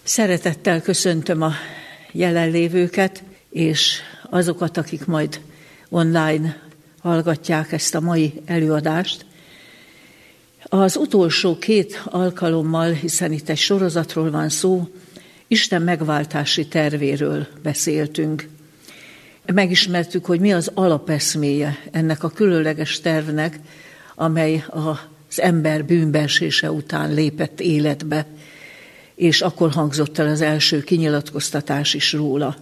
Szeretettel köszöntöm a jelenlévőket, és azokat, akik majd online hallgatják ezt a mai előadást. Az utolsó 2 alkalommal, hiszen itt egy sorozatról van szó, Isten megváltási tervéről beszéltünk. Megismertük, hogy mi az alapeszméje ennek a különleges tervnek, amely az ember bűnbeesése után lépett életbe, és akkor hangzott el az első kinyilatkoztatás is róla.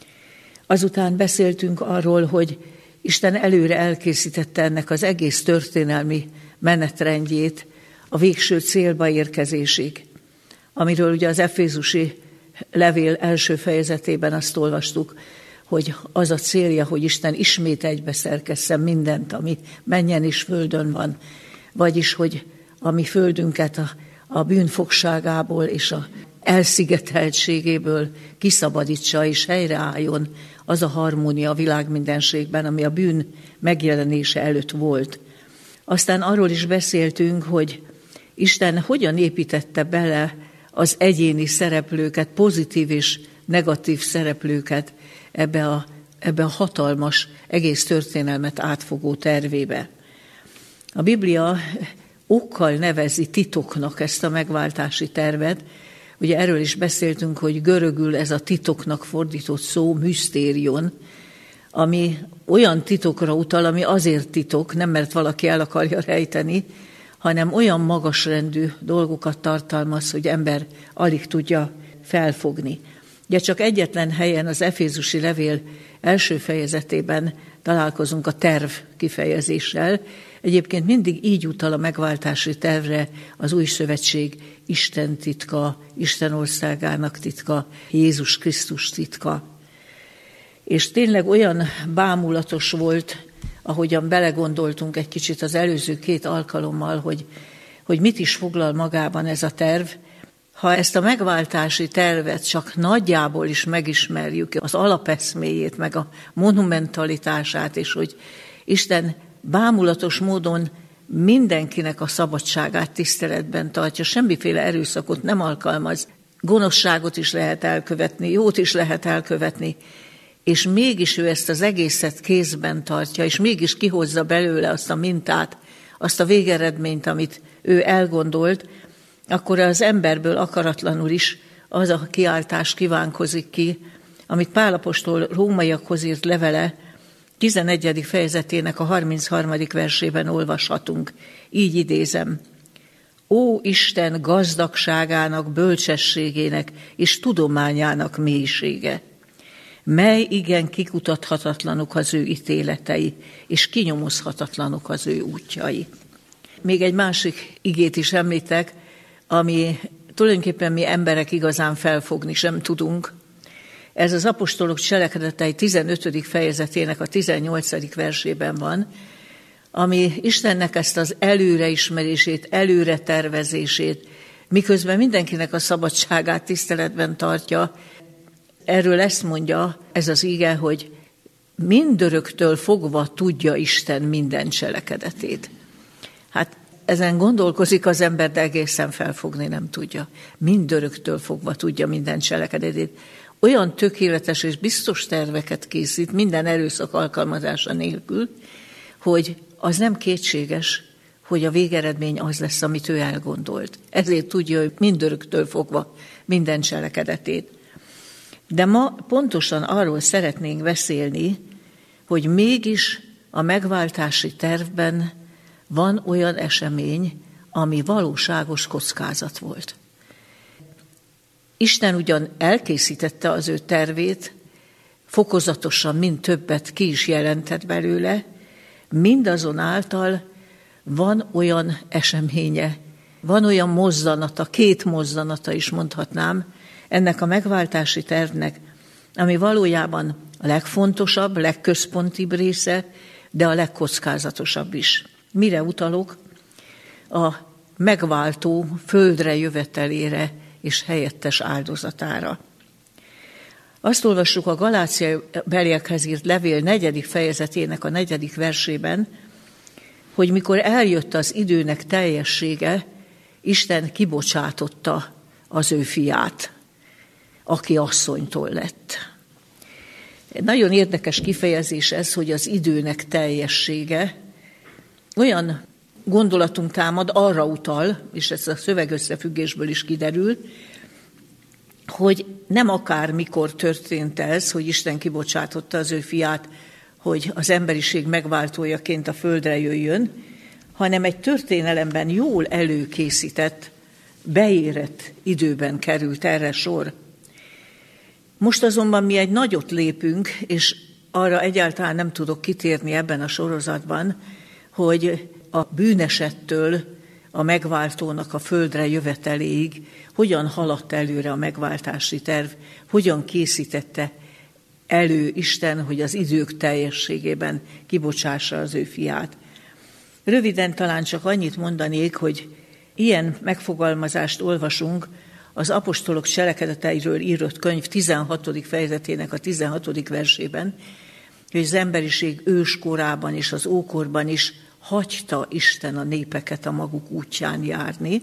Azután beszéltünk arról, hogy Isten előre elkészítette ennek az egész történelmi menetrendjét a végső célba érkezésig, amiről ugye az Efézusi levél első fejezetében azt olvastuk, hogy az a célja, hogy Isten ismét egybeszerkesszen mindent, ami mennyen és földön van, vagyis, hogy a mi földünket a bűn fogságából és a elszigeteltségéből kiszabadítsa és helyreálljon az a harmónia a világ mindenségben, ami a bűn megjelenése előtt volt. Aztán arról is beszéltünk, hogy Isten hogyan építette bele az egyéni szereplőket, pozitív és negatív szereplőket ebbe a hatalmas, egész történelmet átfogó tervébe. A Biblia okkal nevezi titoknak ezt a megváltási tervet. Ugye erről is beszéltünk, hogy görögül ez a titoknak fordított szó, misztérion, ami olyan titokra utal, ami azért titok, nem mert valaki el akarja rejteni, hanem olyan magasrendű dolgokat tartalmaz, hogy ember alig tudja felfogni. Ugye csak egyetlen helyen az Efézusi levél első fejezetében találkozunk a terv kifejezéssel. Egyébként mindig így utal a megváltási tervre az új szövetség Isten titka, Isten országának titka, Jézus Krisztus titka. És tényleg olyan bámulatos volt, ahogyan belegondoltunk egy kicsit az előző 2 alkalommal, hogy mit is foglal magában ez a terv. Ha ezt a megváltási tervet csak nagyjából is megismerjük, az alapeszméjét, meg a monumentalitását, és hogy Isten bámulatos módon mindenkinek a szabadságát tiszteletben tartja, semmiféle erőszakot nem alkalmaz, gonoszságot is lehet elkövetni, jót is lehet elkövetni, és mégis ő ezt az egészet kézben tartja, és mégis kihozza belőle azt a mintát, azt a végeredményt, amit ő elgondolt, akkor az emberből akaratlanul is az a kiáltás kívánkozik ki, amit Pál apostol rómaiakhoz írt levele 11. fejezetének a 33. versében olvashatunk. Így idézem. Ó Isten gazdagságának, bölcsességének és tudományának mélysége, mely igen kikutathatatlanok az ő ítéletei, és kinyomozhatatlanok az ő útjai. Még egy másik igét is említek, ami tulajdonképpen mi emberek igazán felfogni sem tudunk. Ez az apostolok cselekedetei 15. fejezetének a 18. versében van, ami Istennek ezt az előreismerését, előretervezését, miközben mindenkinek a szabadságát tiszteletben tartja. Erről ezt mondja ez az ige, hogy mindöröktől fogva tudja Isten minden cselekedetét. Hát ezen gondolkozik az ember, de egészen felfogni nem tudja. Mindöröktől fogva tudja minden cselekedetét. Olyan tökéletes és biztos terveket készít, minden erőszak alkalmazása nélkül, hogy az nem kétséges, hogy a végeredmény az lesz, amit ő elgondolt. Ezért tudja, hogy mindöröktől fogva minden cselekedetét. De ma pontosan arról szeretnénk beszélni, hogy mégis a megváltási tervben van olyan esemény, ami valóságos kockázat volt. Isten ugyan elkészítette az ő tervét, fokozatosan mind többet ki is jelentett belőle, mindazonáltal van olyan eseménye, van olyan mozzanata, 2 mozzanata is mondhatnám, ennek a megváltási tervnek, ami valójában a legfontosabb, legközpontibb része, de a legkockázatosabb is. Mire utalok? A megváltó földre jövetelére és helyettes áldozatára. Azt olvassuk a Galácia beliekhez írt levél 4. fejezetének a 4. versében, hogy mikor eljött az időnek teljessége, Isten kibocsátotta az ő fiát. aki asszonytól lett. Nagyon érdekes kifejezés ez, hogy az időnek teljessége. Olyan gondolatunk támad, arra utal, és ez a szövegösszefüggésből is kiderül, hogy nem akármikor történt ez, hogy Isten kibocsátotta az ő fiát, hogy az emberiség megváltójaként a földre jöjjön, hanem egy történelemben jól előkészített, beérett időben került erre sor. Most azonban mi egy nagyot lépünk, és arra egyáltalán nem tudok kitérni ebben a sorozatban, hogy a bűnesettől a megváltónak a földre jöveteléig hogyan haladt előre a megváltási terv, hogyan készítette elő Isten, hogy az idők teljességében kibocsássa az ő fiát. Röviden talán csak annyit mondanék, hogy ilyen megfogalmazást olvasunk az apostolok cselekedeteiről írott könyv 16. fejezetének a 16. versében, hogy az emberiség őskorában és az ókorban is hagyta Isten a népeket a maguk útján járni,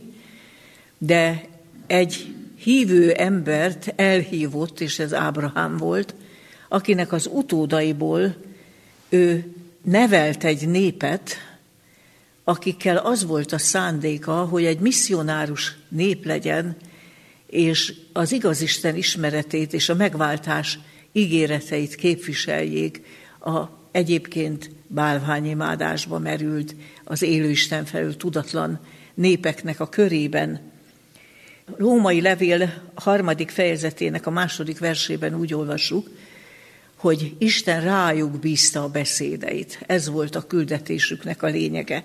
de egy hívő embert elhívott, és ez Ábrahám volt, akinek az utódaiból ő nevelt egy népet, akikkel az volt a szándéka, hogy egy misszionárus nép legyen, és az igaz Isten ismeretét és a megváltás ígéreteit képviseljék a egyébként bálványimádásba merült, az élő Isten felől tudatlan népeknek a körében. Római levél 3. fejezetének a 2. versében úgy olvassuk, hogy Isten rájuk bízta a beszédeit. Ez volt a küldetésüknek a lényege.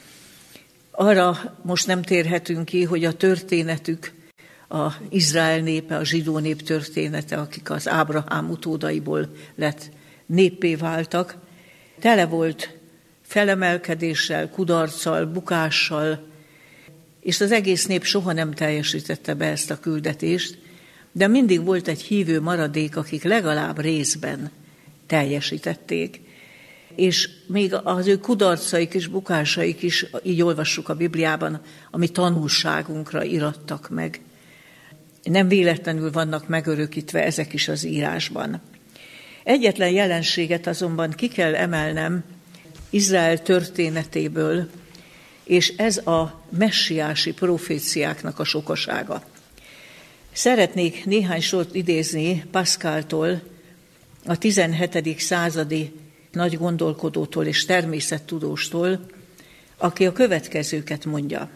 Arra most nem térhetünk ki, hogy a történetük, a Izrael népe, a zsidó nép története, akik az Ábrahám utódaiból lett néppé váltak, tele volt felemelkedéssel, kudarccal, bukással, és az egész nép soha nem teljesítette be ezt a küldetést, de mindig volt egy hívő maradék, akik legalább részben teljesítették. És még az ő kudarcaik és bukásaik is, így olvassuk a Bibliában, ami tanulságunkra irattak meg. Nem véletlenül vannak megörökítve ezek is az írásban. Egyetlen jelenséget azonban ki kell emelnem Izrael történetéből, és ez a messiási proféciáknak a sokasága. Szeretnék néhány sort idézni Pascaltól, a 17. századi nagy gondolkodótól és természettudóstól, aki a következőket mondja.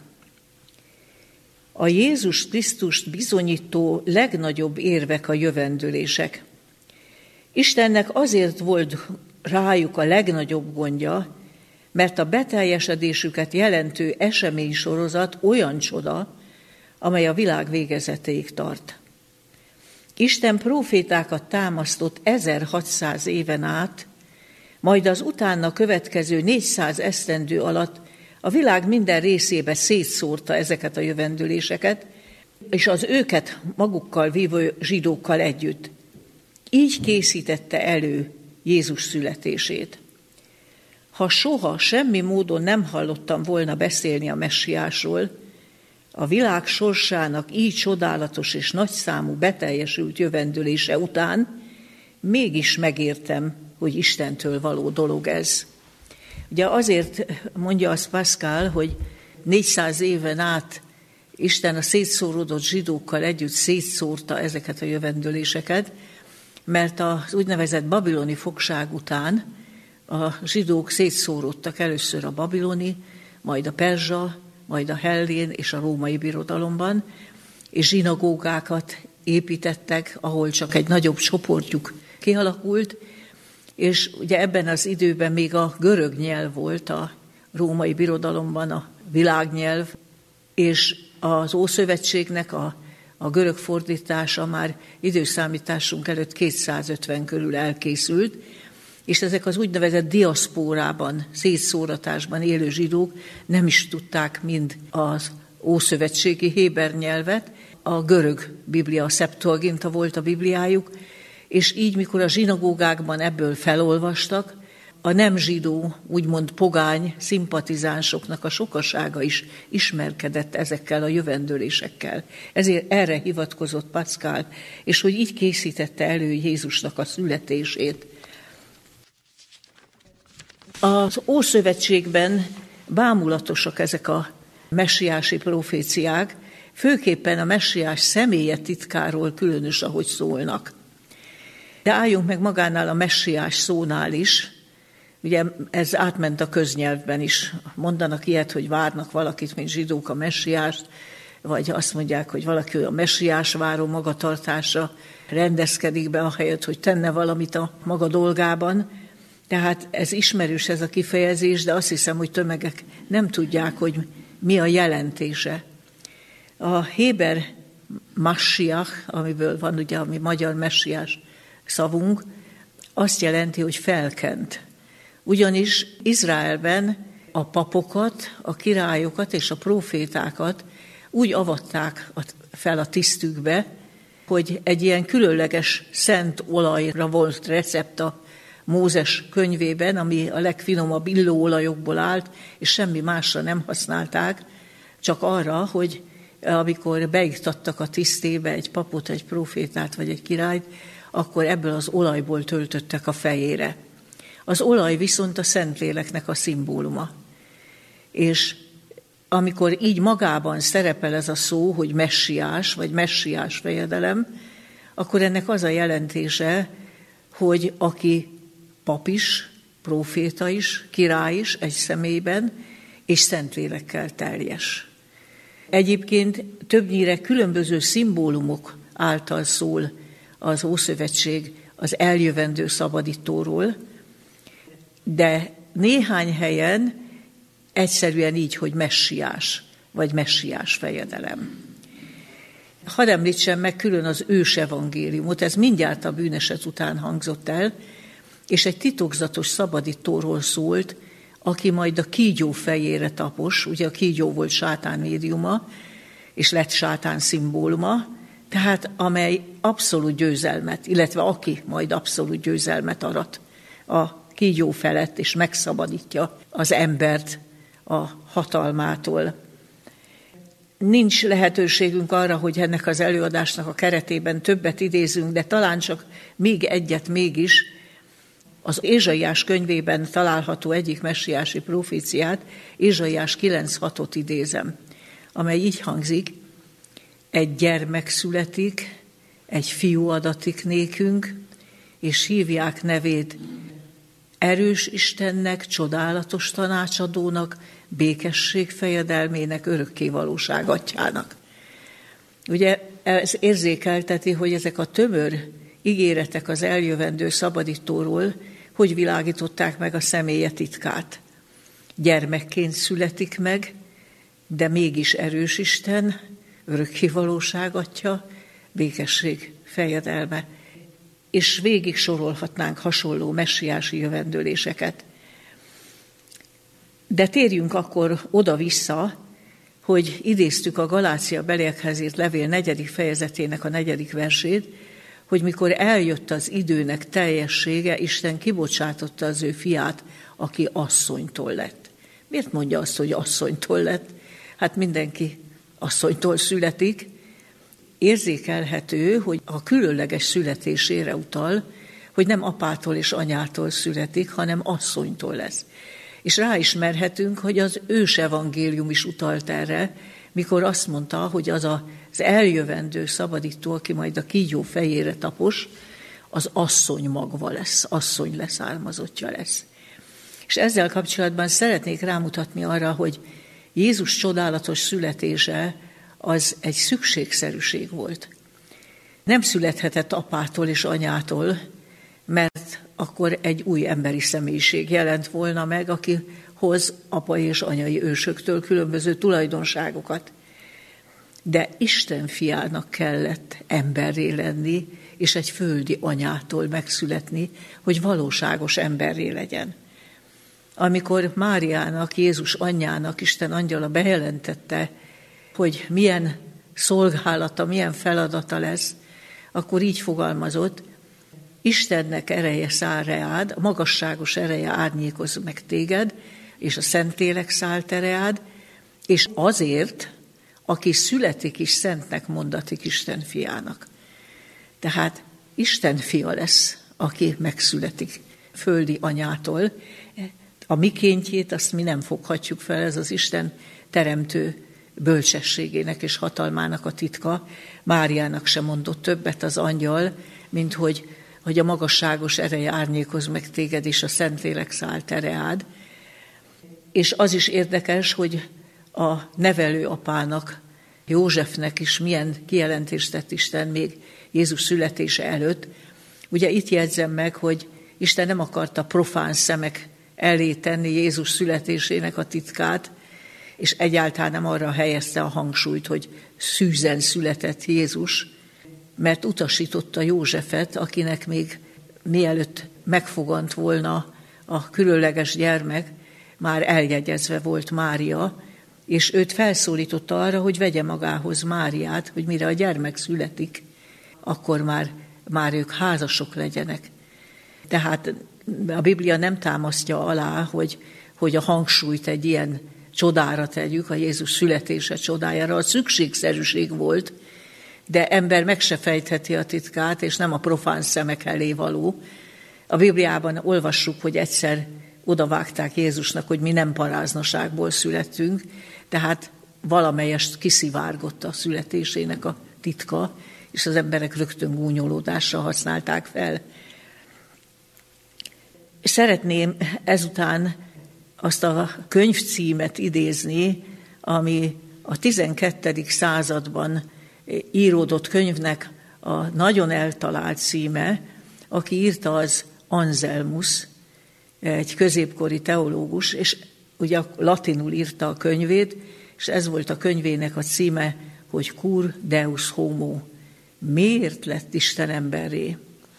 A Jézus Krisztust bizonyító legnagyobb érvek a jövendőlések. Istennek azért volt rájuk a legnagyobb gondja, mert a beteljesedésüket jelentő eseménysorozat olyan csoda, amely a világ végezetéig tart. Isten prófétákat támasztott 1600 éven át, majd az utána következő 400 esztendő alatt a világ minden részébe szétszórta ezeket a jövendőléseket, és az őket magukkal vívő zsidókkal együtt. Így készítette elő Jézus születését. Ha soha semmi módon nem hallottam volna beszélni a messiásról, a világ sorsának így csodálatos és nagyszámú beteljesült jövendőlése után mégis megértem, hogy Istentől való dolog ez. Ugye azért mondja azt Pascal, hogy 400 éven át Isten a szétszóródott zsidókkal együtt szétszórta ezeket a jövendőléseket, mert az úgynevezett babiloni fogság után a zsidók szétszóródtak először a babiloni, majd a perzsa, majd a hellén és a római birodalomban, és zsinagógákat építettek, ahol csak egy nagyobb csoportjuk kialakult, és ugye ebben az időben még a görög nyelv volt a római birodalomban a világnyelv, és az Ószövetségnek a görög fordítása már időszámításunk előtt 250 körül elkészült, és ezek az úgynevezett diaszpórában, szétszóratásban élő zsidók nem is tudták mind az ószövetségi héber nyelvet, a görög Biblia, a Septuaginta volt a Bibliájuk, és így, mikor a zsinagógákban ebből felolvastak, a nem zsidó, úgymond pogány szimpatizánsoknak a sokasága is ismerkedett ezekkel a jövendőlésekkel. Ezért erre hivatkozott Packál, és hogy így készítette elő Jézusnak a születését. Az Ószövetségben bámulatosak ezek a messiási proféciák, főképpen a messiás személye titkáról különös, ahogy szólnak. De álljunk meg magánál a messiás szónál is. Ugye ez átment a köznyelvben is. Mondanak ilyet, hogy várnak valakit, mint zsidók a messiást, vagy azt mondják, hogy valaki a messiás váró magatartása rendezkedik be, ahelyett, hogy tenne valamit a maga dolgában. Tehát ez ismerős ez a kifejezés, de azt hiszem, hogy tömegek nem tudják, hogy mi a jelentése. A héber Mashiach, amiből van ugye a mi magyar messiás szavunk, azt jelenti, hogy felkent. Ugyanis Izraelben a papokat, a királyokat és a prófétákat úgy avatták fel a tisztükbe, hogy egy ilyen különleges szent olajra volt recept a Mózes könyvében, ami a legfinomabb illóolajokból állt, és semmi másra nem használták, csak arra, hogy amikor beiktattak a tisztébe egy papot, egy prófétát vagy egy királyt, akkor ebből az olajból töltöttek a fejére. Az olaj viszont a Szentléleknek a szimbóluma. És amikor így magában szerepel ez a szó, hogy messiás, vagy messiás fejedelem, akkor ennek az a jelentése, hogy aki pap is, próféta is, király is egy személyben, és Szentlélekkel teljes. Egyébként többnyire különböző szimbólumok által szól az Ószövetség az eljövendő szabadítóról, de néhány helyen egyszerűen így, hogy messiás, vagy messiás fejedelem. Hadd említsem meg külön az ős evangéliumot, ez mindjárt a bűneset után hangzott el, és egy titokzatos szabadítóról szólt, aki majd a kígyó fejére tapos, ugye a kígyó volt sátán médiuma, és lett sátán szimbóluma, tehát amely abszolút győzelmet, illetve aki majd abszolút győzelmet arat a kígyó felett, és megszabadítja az embert a hatalmától. Nincs lehetőségünk arra, hogy ennek az előadásnak a keretében többet idézünk, de talán csak még egyet mégis, az Ézsaiás könyvében található egyik messiási proféciát, Ézsaiás 9:6-ot idézem, amely így hangzik: egy gyermek születik, egy fiú adatik nékünk, és hívják nevét erős Istennek, csodálatos tanácsadónak, békesség fejedelmének, örökkévalóság atyának. Ugye ez érzékelteti, hogy ezek a tömör ígéretek az eljövendő szabadítóról hogy világították meg a személye titkát. Gyermekként születik meg, de mégis erős Isten, örökkévalóság atya, békesség fejedelme. És végig sorolhatnánk hasonló messiási jövendőléseket. De térjünk akkor oda-vissza, hogy idéztük a Galácia beliekhez írt levél 4. fejezetének a 4. versét, hogy mikor eljött az időnek teljessége, Isten kibocsátotta az ő fiát, aki asszonytól lett. Miért mondja azt, hogy asszonytól lett? Hát mindenki asszonytól születik. Érzékelhető, hogy a különleges születésére utal, hogy nem apától és anyától születik, hanem asszonytól lesz. És ráismerhetünk, hogy az ős evangélium is utalt erre, mikor azt mondta, hogy az eljövendő szabadító, aki majd a kígyó fejére tapos, az asszony magva lesz, asszony leszármazottja lesz. És ezzel kapcsolatban szeretnék rámutatni arra, hogy Jézus csodálatos születése az egy szükségszerűség volt. Nem születhetett apától és anyától, mert akkor egy új emberi személyiség jelent volna meg, aki hoz apai és anyai ősöktől különböző tulajdonságokat. De Isten fiának kellett emberré lenni, és egy földi anyától megszületni, hogy valóságos emberré legyen. Amikor Máriának, Jézus anyjának Isten angyala bejelentette, hogy milyen szolgálata, milyen feladata lesz, akkor így fogalmazott: Istennek ereje száll reád, a magasságos ereje árnyékoz meg téged, és a Szentlélek száll te reád, és azért, aki születik is szentnek mondatik Isten fiának. Tehát Isten fia lesz, aki megszületik földi anyától. A mikéntjét azt mi nem foghatjuk fel, ez az Isten teremtő bölcsességének és hatalmának a titka. Máriának sem mondott többet az angyal, mint hogy a magasságos ereje árnyékoz meg téged, és a Szentlélek száll te reád. És az is érdekes, hogy a nevelőapának, Józsefnek is milyen kijelentést tett Isten még Jézus születése előtt. Ugye itt jegyzem meg, hogy Isten nem akarta profán szemek elé tenni Jézus születésének a titkát, és egyáltalán nem arra helyezte a hangsúlyt, hogy szűzen született Jézus, mert utasította Józsefet, akinek még mielőtt megfogant volna a különleges gyermek, már eljegyezve volt Mária, és őt felszólította arra, hogy vegye magához Máriát, hogy mire a gyermek születik, akkor már ők házasok legyenek. Tehát a Biblia nem támasztja alá, hogy a hangsúlyt egy ilyen csodára tegyük, a Jézus születése csodájára. A szükségszerűség volt, de ember meg se fejtheti a titkát, és nem a profán szemek elé való. A Bibliában olvassuk, hogy egyszer odavágták Jézusnak, hogy mi nem paráznaságból születtünk, tehát valamelyest kiszivárgott a születésének a titka, és az emberek rögtön gúnyolódásra használták fel. Szeretném ezután azt a könyvcímet idézni, ami a 12. században íródott könyvnek a nagyon eltalált címe, aki írta, az Anselmus, egy középkori teológus, és ugye latinul írta a könyvét, és ez volt a könyvének a címe, hogy Cur Deus Homo. Miért lett Isten emberré?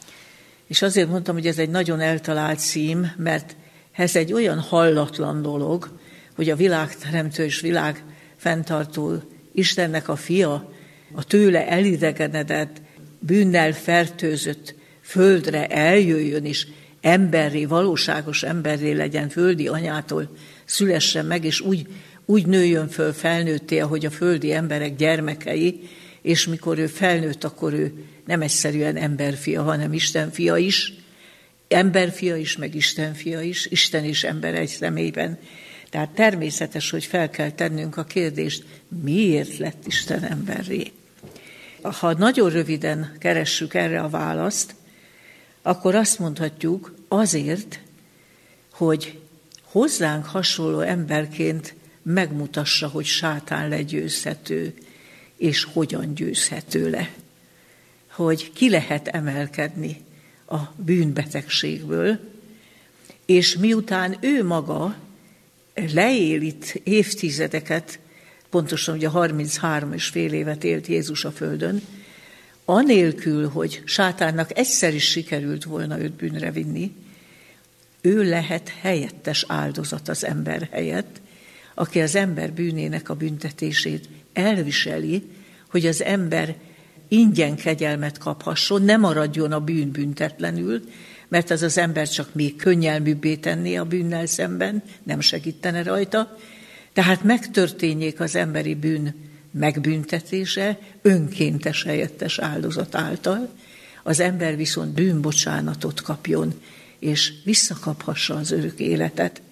És azért mondtam, hogy ez egy nagyon eltalált cím, mert ez egy olyan hallatlan dolog, hogy a világteremtő és világ fenntartó Istennek a fia, a tőle elidegenedett, bűnnel fertőzött földre eljöjjön, és emberré, valóságos emberré legyen, földi anyától szülessen meg, és úgy nőjön föl felnőtté, ahogy a földi emberek gyermekei, és mikor ő felnőtt, akkor ő nem egyszerűen emberfia, hanem Istenfia is, emberfia is, meg Istenfia is, Isten és ember egy személyben. Tehát természetes, hogy fel kell tennünk a kérdést, miért lett Isten emberré? Ha nagyon röviden keressük erre a választ, akkor azt mondhatjuk, azért, hogy hozzánk hasonló emberként megmutassa, hogy sátán legyőzhető, és hogyan győzhető le. Hogy ki lehet emelkedni a bűnbetegségből, és miután ő maga leél itt évtizedeket, pontosan ugye 33,5 évet élt Jézus a földön, anélkül, hogy sátánnak egyszer is sikerült volna őt bűnre vinni, ő lehet helyettes áldozat az ember helyett, aki az ember bűnének a büntetését elviseli, hogy az ember ingyen kegyelmet kaphasson, ne maradjon a bűn büntetlenül, mert az ember csak még könnyelműbbé tenné a bűnnel szemben, nem segítene rajta. Tehát megtörténjék az emberi bűn megbüntetése önkéntes helyettes áldozat által, az ember viszont bűnbocsánatot kapjon, és visszakaphassa az örök életet.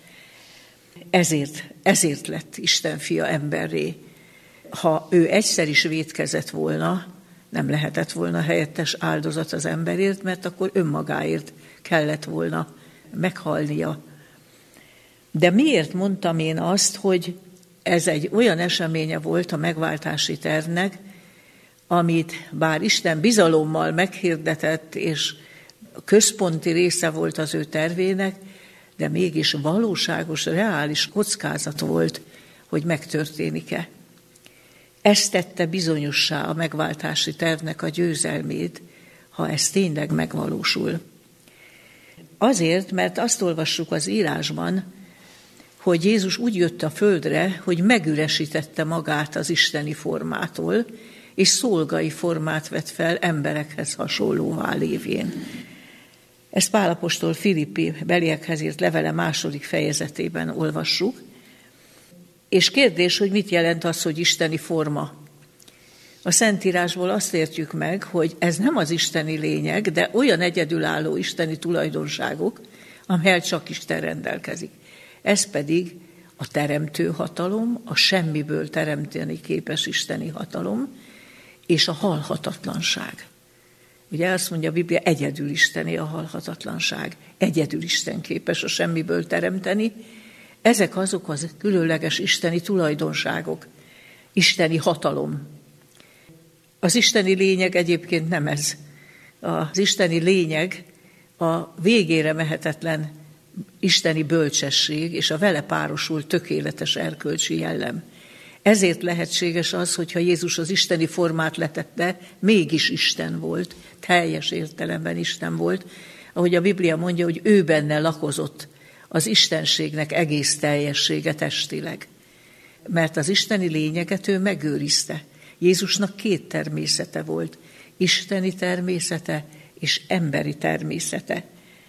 Ezért lett Isten fia emberré. Ha ő egyszer is vétkezett volna, nem lehetett volna helyettes áldozat az emberért, mert akkor önmagáért kellett volna meghalnia. De miért mondtam én azt, hogy ez egy olyan eseménye volt a megváltási tervnek, amit bár Isten bizalommal meghirdetett, és központi része volt az ő tervének, de mégis valóságos, reális kockázat volt, hogy megtörténik-e. Ez tette bizonyossá a megváltási tervnek a győzelmét, ha ez tényleg megvalósul. Azért, mert azt olvassuk az írásban, hogy Jézus úgy jött a földre, hogy megüresítette magát az isteni formától, és szolgai formát vett fel emberekhez hasonlóvá lévén. Ezt Pál apostol Filippi beliekhez írt levele 2. fejezetében olvassuk. És kérdés, hogy mit jelent az, hogy isteni forma. A Szentírásból azt értjük meg, hogy ez nem az isteni lényeg, de olyan egyedülálló isteni tulajdonságok, amelyel csak Isten rendelkezik. Ez pedig a teremtő hatalom, a semmiből teremteni képes isteni hatalom, és a halhatatlanság. Ugye azt mondja a Biblia, egyedül isteni a halhatatlanság. Egyedül Isten képes a semmiből teremteni. Ezek azok az különleges isteni tulajdonságok, isteni hatalom. Az isteni lényeg egyébként nem ez. Az isteni lényeg a végére mehetetlen isteni bölcsesség és a vele párosult tökéletes erkölcsi jellem. Ezért lehetséges az, hogyha Jézus az isteni formát letette, mégis Isten volt, teljes értelemben Isten volt, ahogy a Biblia mondja, hogy ő benne lakozott az istenségnek egész teljessége testileg. Mert az isteni lényeget ő megőrizte. Jézusnak 2 természete volt, isteni természete és emberi természete.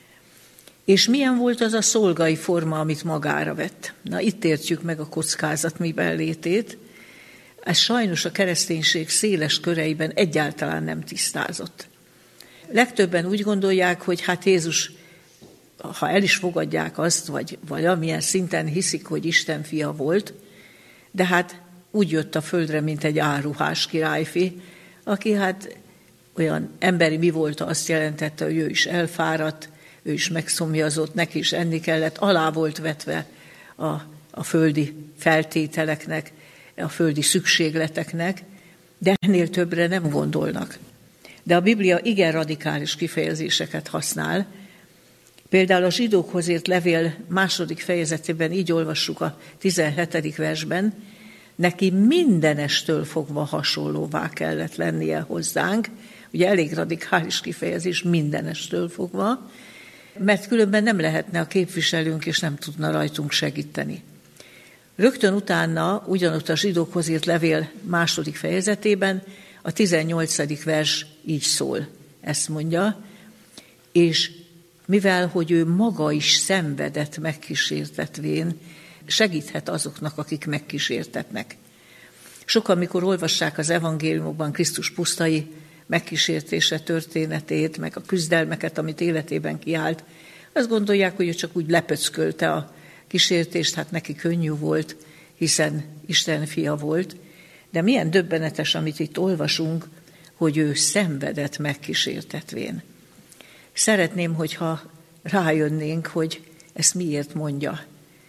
És milyen volt az a szolgai forma, amit magára vett? Na, itt értjük meg a kockázat miben létét. Ez sajnos a kereszténység széles köreiben egyáltalán nem tisztázott. Legtöbben úgy gondolják, hogy hát Jézus, ha el is fogadják azt, vagy amilyen szinten hiszik, hogy Isten fia volt, de hát úgy jött a földre, mint egy áruhás királyfi, aki hát olyan emberi mi volt, azt jelentette, hogy ő is elfáradt, ő is megszomjazott, neki is enni kellett, alá volt vetve a földi feltételeknek, a földi szükségleteknek, de ennél többre nem gondolnak. De a Biblia igen radikális kifejezéseket használ. Például a zsidókhoz írt levél 2. fejezetében így olvassuk a 17. versben, neki mindenestől fogva hasonlóvá kellett lennie hozzánk, ugye elég radikális kifejezés, mindenestől fogva, mert különben nem lehetne a képviselőnk, és nem tudna rajtunk segíteni. Rögtön utána, ugyanott a zsidókhoz írt levél 2. fejezetében, a 18. vers így szól, ezt mondja, és mivel, hogy ő maga is szenvedett megkísértetvén, segíthet azoknak, akik megkísértetnek. Sokan, mikor olvassák az evangéliumokban Krisztus pusztai megkísértése történetét, meg a küzdelmeket, amit életében kiállt, azt gondolják, hogy ő csak úgy lepöckölte a kísértést, hát neki könnyű volt, hiszen Isten fia volt. De milyen döbbenetes, amit itt olvasunk, hogy ő szenvedett megkísértetvén. Szeretném, hogyha rájönnénk, hogy ezt miért mondja.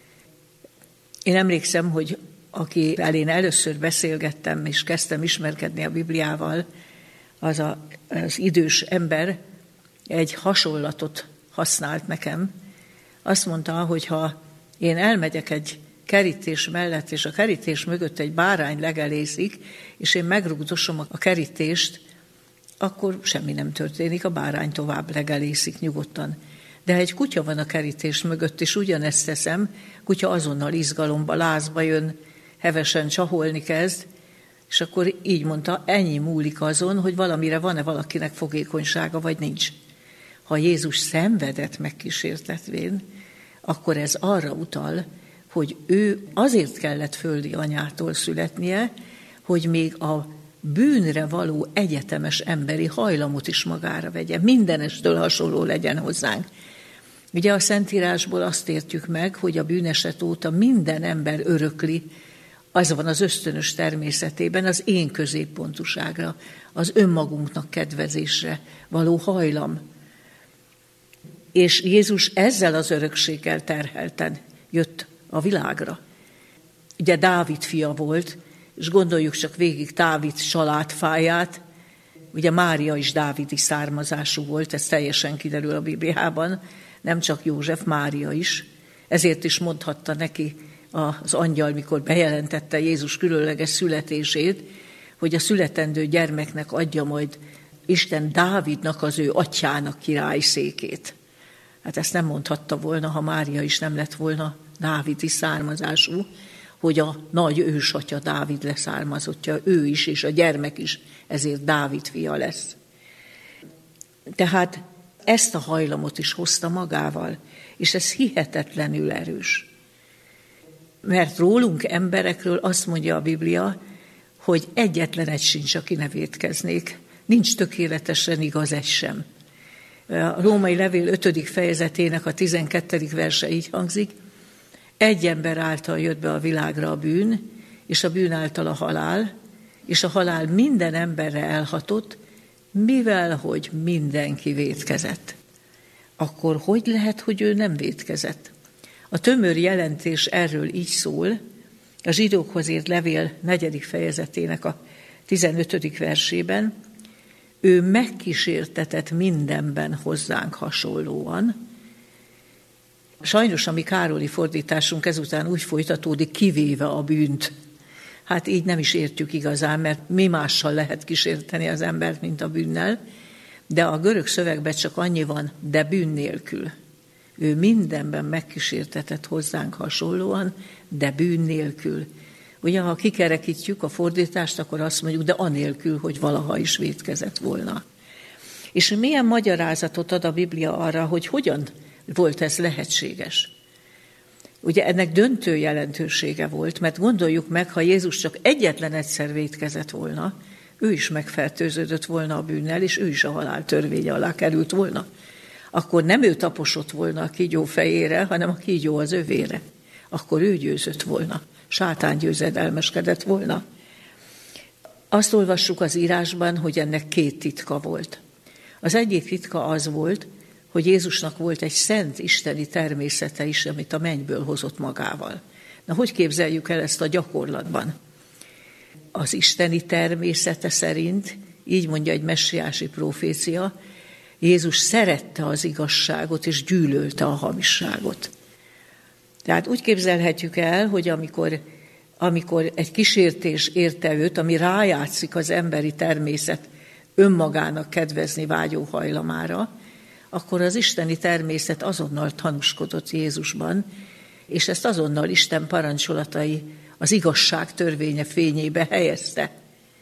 Én emlékszem, hogy akivel én először beszélgettem, és kezdtem ismerkedni a Bibliával, az idős ember egy hasonlatot használt nekem. Azt mondta, hogy ha én elmegyek egy kerítés mellett, és a kerítés mögött egy bárány legelészik, és én megrugdosom a kerítést, akkor semmi nem történik, a bárány tovább legelészik nyugodtan. De ha egy kutya van a kerítés mögött, és ugyanezt teszem, kutya azonnal izgalomba, lázba jön, hevesen csaholni kezd, és akkor így mondta, ennyi múlik azon, hogy valamire van-e valakinek fogékonysága, vagy nincs. Ha Jézus szenvedett megkísértetvén, akkor ez arra utal, hogy ő azért kellett földi anyától születnie, hogy még a bűnre való egyetemes emberi hajlamot is magára vegye, mindenestől hasonló legyen hozzánk. Ugye a Szentírásból azt értjük meg, hogy a bűneset óta minden ember örökli, az van az ösztönös természetében, az én középpontúságra, az önmagunknak kedvezésre való hajlam. És Jézus ezzel az örökséggel terhelten jött a világra. Ugye Dávid fia volt, és gondoljuk csak végig Dávid családfáját, ugye Mária is dávidi származású volt, ez teljesen kiderül a Bibliában, nem csak József, Mária is. Ezért is mondhatta neki az angyal, mikor bejelentette Jézus különleges születését, hogy a születendő gyermeknek adja majd Isten Dávidnak, az ő atyjának királyszékét. Hát ezt nem mondhatta volna, ha Mária is nem lett volna dávidi származású, hogy a nagy ősatya Dávid leszármazottja, ő is, és a gyermek is, ezért Dávid fia lesz. Tehát ezt a hajlamot is hozta magával, és ez hihetetlenül erős. Mert rólunk, emberekről azt mondja a Biblia, hogy egyetlen egy sincs, aki ne vétkeznék. Nincs tökéletesen igaz egy sem. A Római Levél 5. fejezetének a 12. verse így hangzik: egy ember által jött be a világra a bűn, és a bűn által a halál, és a halál minden emberre elhatott, mivel hogy mindenki vétkezett. Akkor hogy lehet, hogy ő nem vétkezett? A tömör jelentés erről így szól, a zsidókhoz írt levél 4. fejezetének a 15. versében: ő megkísértetett mindenben hozzánk hasonlóan. Sajnos a mi Károli fordításunk ezután úgy folytatódik, kivéve a bűnt. Hát így nem is értjük igazán, mert mi mással lehet kísérteni az embert, mint a bűnnel, de a görög szövegben csak annyi van, de bűn nélkül. Ő mindenben megkísértetett hozzánk hasonlóan, de bűn nélkül. Ugye, ha kikerekítjük a fordítást, akkor azt mondjuk, de anélkül, hogy valaha is vétkezett volna. És milyen magyarázatot ad a Biblia arra, hogy hogyan volt ez lehetséges? Ugye ennek döntő jelentősége volt, mert gondoljuk meg, ha Jézus csak egyetlen egyszer vétkezett volna, ő is megfertőződött volna a bűnnel, és ő is a halál törvénye alá került volna. Akkor nem ő taposott volna a kígyó fejére, hanem a kígyó az övére. Akkor ő győzött volna. Sátán győzedelmeskedett volna. Azt olvassuk az írásban, hogy ennek 2 titka volt. Az egyik titka az volt, hogy Jézusnak volt egy szent isteni természete is, amit a mennyből hozott magával. Na, hogy képzeljük el ezt a gyakorlatban? Az isteni természete szerint, így mondja egy messiási profécia, Jézus szerette az igazságot és gyűlölte a hamisságot. Tehát úgy képzelhetjük el, hogy amikor egy kísértés érte őt, ami rájátszik az emberi természet önmagának kedvezni vágyó hajlamára, akkor az isteni természet azonnal tanúskodott Jézusban, és ezt azonnal Isten parancsolatai az igazság törvénye fényébe helyezte.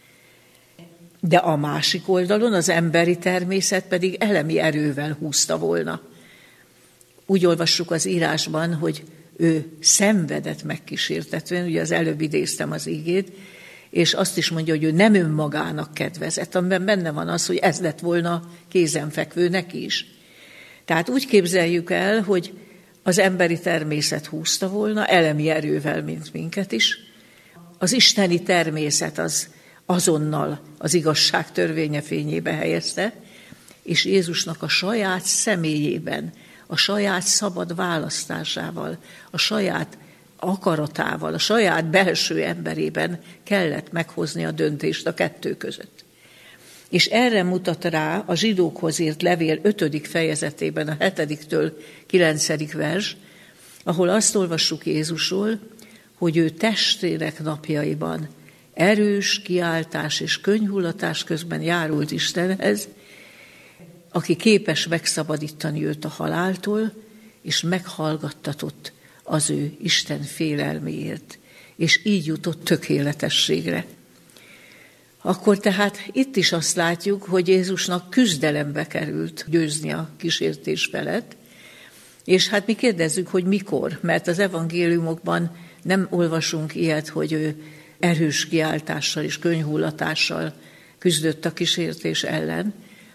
De a másik oldalon az emberi természet pedig elemi erővel húzta volna. Úgy olvassuk az írásban, hogy ő szenvedett megkísértetően, ugye az előbb idéztem az igét, és azt is mondja, hogy ő nem önmagának kedvezett, amiben benne van az, hogy ez lett volna kézenfekvő neki is. Tehát úgy képzeljük el, hogy az emberi természet húzta volna, elemi erővel, mint minket is. Az isteni természet az azonnal az igazság törvénye fényébe helyezte, és Jézusnak a saját személyében, a saját szabad választásával, a saját akaratával, a saját belső emberében kellett meghozni a döntést a 2 között. És erre mutat rá a zsidókhoz írt levél 5. fejezetében a 7-től 9. vers, ahol azt olvassuk Jézusról, hogy ő testének napjaiban erős kiáltás és könnyhullatás közben járult Istenhez, aki képes megszabadítani őt a haláltól, és meghallgattatott az ő Isten félelméért, és így jutott tökéletességre. Akkor tehát itt is azt látjuk, hogy Jézusnak küzdelembe került győzni a kísértés felett, és hát mi kérdezzük, hogy mikor, mert az evangéliumokban nem olvasunk ilyet, hogy ő erős kiáltással és könnyhullatással küzdött a kísértés ellen.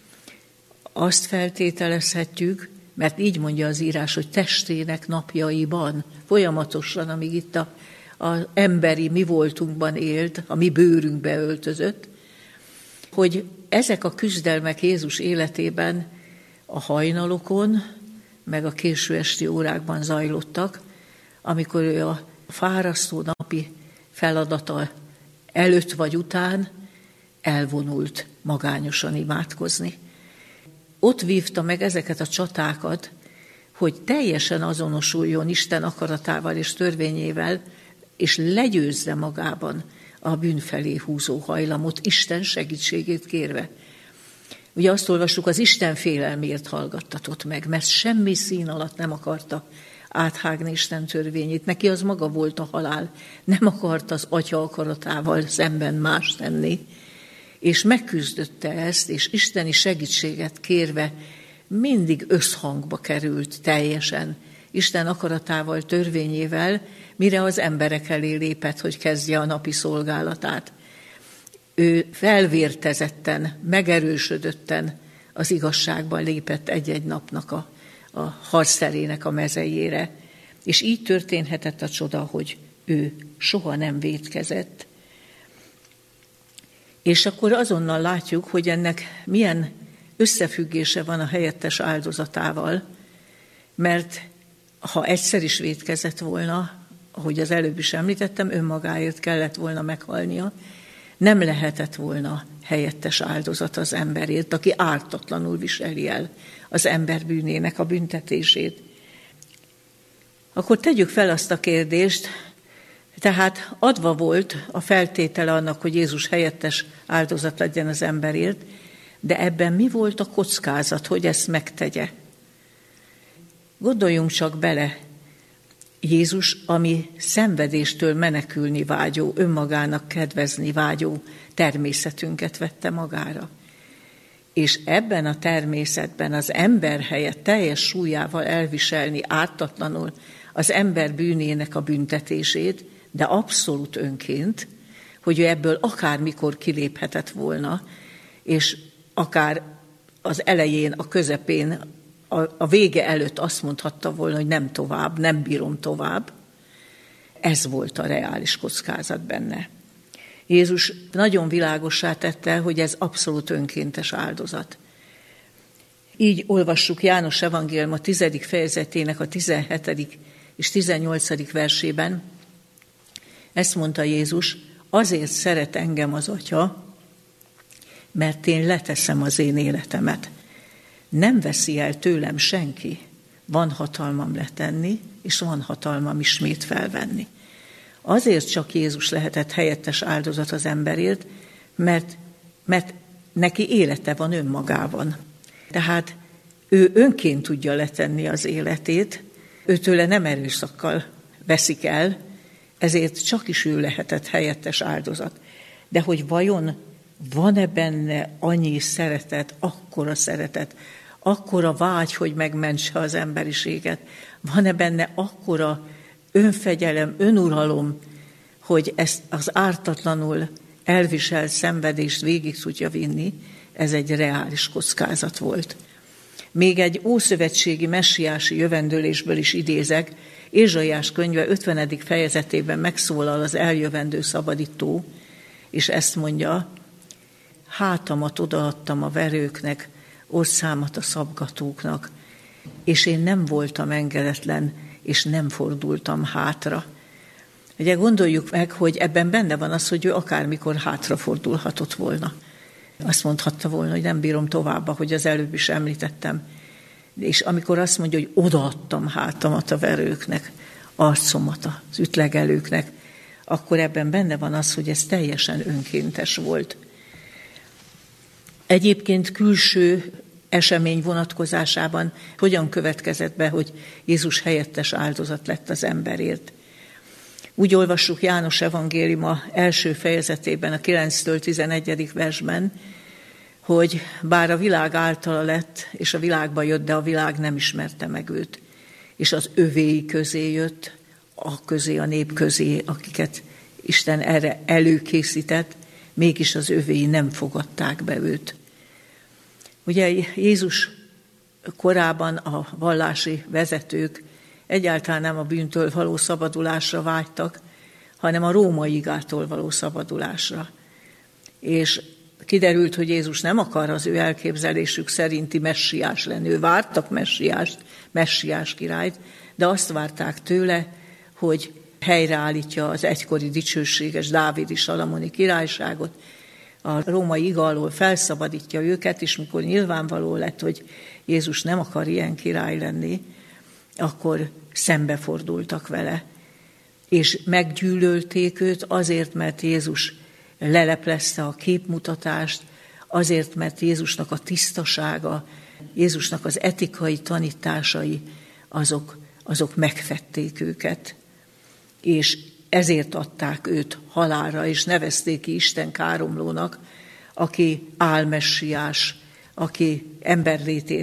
Azt feltételezhetjük, mert így mondja az írás, hogy testének napjaiban, folyamatosan, amíg itt az emberi mi voltunkban élt, a mi bőrünkbe öltözött, hogy ezek a küzdelmek Jézus életében a hajnalokon, meg a késő esti órákban zajlottak, amikor ő a fárasztó napi feladata előtt vagy után elvonult magányosan imádkozni. Ott vívta meg ezeket a csatákat, hogy teljesen azonosuljon Isten akaratával és törvényével, és legyőzze magában a bűn felé húzó hajlamot, Isten segítségét kérve. Ugye azt olvassuk, az Isten félelmért hallgattatott meg, mert semmi szín alatt nem akarta áthágni Isten törvényét. Neki az maga volt a halál, nem akart az Atya akaratával szemben más tenni, és megküzdötte ezt, és isteni segítséget kérve mindig összhangba került teljesen Isten akaratával, törvényével, mire az emberek elé lépett, hogy kezdje a napi szolgálatát. Ő felvértezetten, megerősödötten az igazságban lépett egy-egy napnak a harcterének a mezejére. És így történhetett a csoda, hogy ő soha nem vétkezett. És akkor azonnal látjuk, hogy ennek milyen összefüggése van a helyettes áldozatával, mert ha egyszer is vétkezett volna, ahogy az előbb is említettem, önmagáért kellett volna meghalnia, nem lehetett volna helyettes áldozat az emberért, aki ártatlanul viseli el az ember bűnének a büntetését. Akkor tegyük fel azt a kérdést, tehát adva volt a feltétele annak, hogy Jézus helyettes áldozat legyen az emberért, de ebben mi volt a kockázat, hogy ezt megtegye? Gondoljunk csak bele, Jézus, ami szenvedéstől menekülni vágyó, önmagának kedvezni vágyó természetünket vette magára. És ebben a természetben az ember helyett teljes súlyával elviselni ártatlanul az ember bűnének a büntetését, de abszolút önként, hogy ő ebből akármikor kiléphetett volna, és akár az elején, a közepén, a vége előtt azt mondhatta volna, hogy nem tovább, nem bírom tovább. Ez volt a reális kockázat benne. Jézus nagyon világossá tette, hogy ez abszolút önkéntes áldozat. Így olvassuk János evangélium a 10. fejezetének a 17. és 18. versében. Ezt mondta Jézus, azért szeret engem az Atya, mert én leteszem az én életemet. Nem veszi el tőlem senki, van hatalmam letenni, és van hatalmam ismét felvenni. Azért csak Jézus lehetett helyettes áldozat az emberért, mert neki élete van önmagában. Tehát ő önként tudja letenni az életét, őtőle nem erőszakkal veszik el, ezért csak is ő lehetett helyettes áldozat. De hogy vajon van-e benne annyi szeretet, akkora vágy, hogy megmentse az emberiséget? Van-e benne akkora önfegyelem, önuralom, hogy ezt az ártatlanul elviselt szenvedést végig tudja vinni? Ez egy reális kockázat volt. Még egy ószövetségi messiási jövendőlésből is idézek, Ézsaiás könyve 50. fejezetében megszólal az eljövendő szabadító, és ezt mondja, hátamat odaadtam a verőknek, orszámat a szabgatóknak, és én nem voltam engedetlen, és nem fordultam hátra. Ugye gondoljuk meg, hogy ebben benne van az, hogy ő akármikor hátrafordulhatott volna. Azt mondhatta volna, hogy nem bírom tovább, ahogy az előbb is említettem. És amikor azt mondja, hogy odaadtam hátamat a verőknek, arcomat az ütlegelőknek, akkor ebben benne van az, hogy ez teljesen önkéntes volt. Egyébként külső esemény vonatkozásában hogyan következett be, hogy Jézus helyettes áldozat lett az emberért. Úgy olvassuk János evangéliuma első fejezetében, a 9-től 11. versben, hogy bár a világ általa lett, és a világba jött, de a világ nem ismerte meg őt. És az övéi közé jött, a nép közé, akiket Isten erre előkészített, mégis az övéi nem fogadták be őt. Ugye Jézus korában a vallási vezetők egyáltalán nem a bűntől való szabadulásra vágytak, hanem a római igától való szabadulásra. És kiderült, hogy Jézus nem akar az ő elképzelésük szerinti messiás lenni. Ő vártak messiás királyt, de azt várták tőle, hogy helyreállítja az egykori dicsőséges dávidi salamoni királyságot, a római iga alól felszabadítja őket, és mikor nyilvánvaló lett, hogy Jézus nem akar ilyen király lenni, akkor szembefordultak vele, és meggyűlölték őt azért, mert Jézus leleplezte a képmutatást, azért, mert Jézusnak a tisztasága, Jézusnak az etikai tanításai, azok megfették őket, és ezért adták őt halálra, és nevezték ki Isten káromlónak, aki álmessiás, aki emberlétére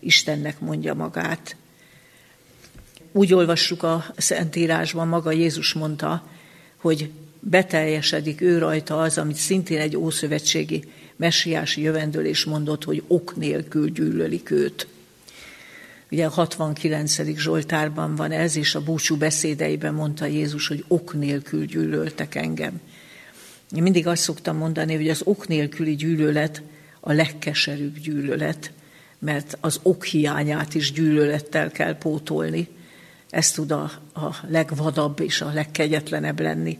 Istennek mondja magát. Úgy olvassuk a Szentírásban, maga Jézus mondta, hogy beteljesedik ő rajta az, amit szintén egy ószövetségi messiási jövendőlés mondott, hogy ok nélkül gyűlölik őt. Ugye a 69. Zsoltárban van ez, és a búcsú beszédeiben mondta Jézus, hogy ok nélkül gyűlöltek engem. Én mindig azt szoktam mondani, hogy az ok nélküli gyűlölet a legkeserűbb gyűlölet, mert az ok hiányát is gyűlölettel kell pótolni. Ez tud a legvadabb és a legkegyetlenebb lenni.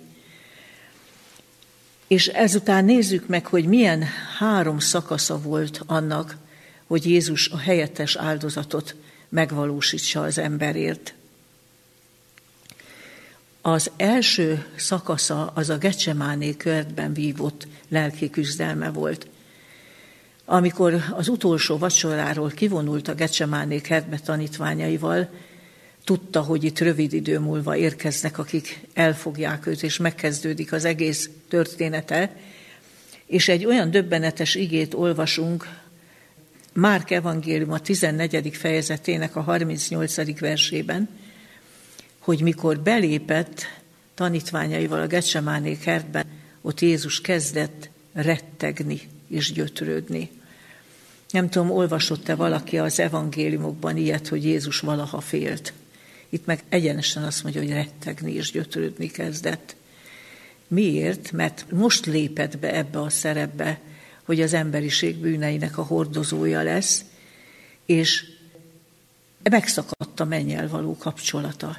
És ezután nézzük meg, hogy milyen 3 szakasza volt annak, hogy Jézus a helyettes áldozatot megvalósítsa az emberért. Az első szakasza az a Getsemáné kertben vívott lelki küzdelme volt. Amikor az utolsó vacsoráról kivonult a Getsemáné kertbe tanítványaival, tudta, hogy itt rövid idő múlva érkeznek, akik elfogják őt, és megkezdődik az egész története. És egy olyan döbbenetes igét olvasunk, Márk evangélium a 14. fejezetének a 38. versében, hogy mikor belépett tanítványaival a Getsemáné kertben, ott Jézus kezdett rettegni és gyötrődni. Nem tudom, olvasott-e valaki az evangéliumokban ilyet, hogy Jézus valaha félt. Itt meg egyenesen azt mondja, hogy rettegni és gyötrődni kezdett. Miért? Mert most lépett be ebbe a szerepbe, hogy az emberiség bűneinek a hordozója lesz, és megszakadt a mennyel való kapcsolata.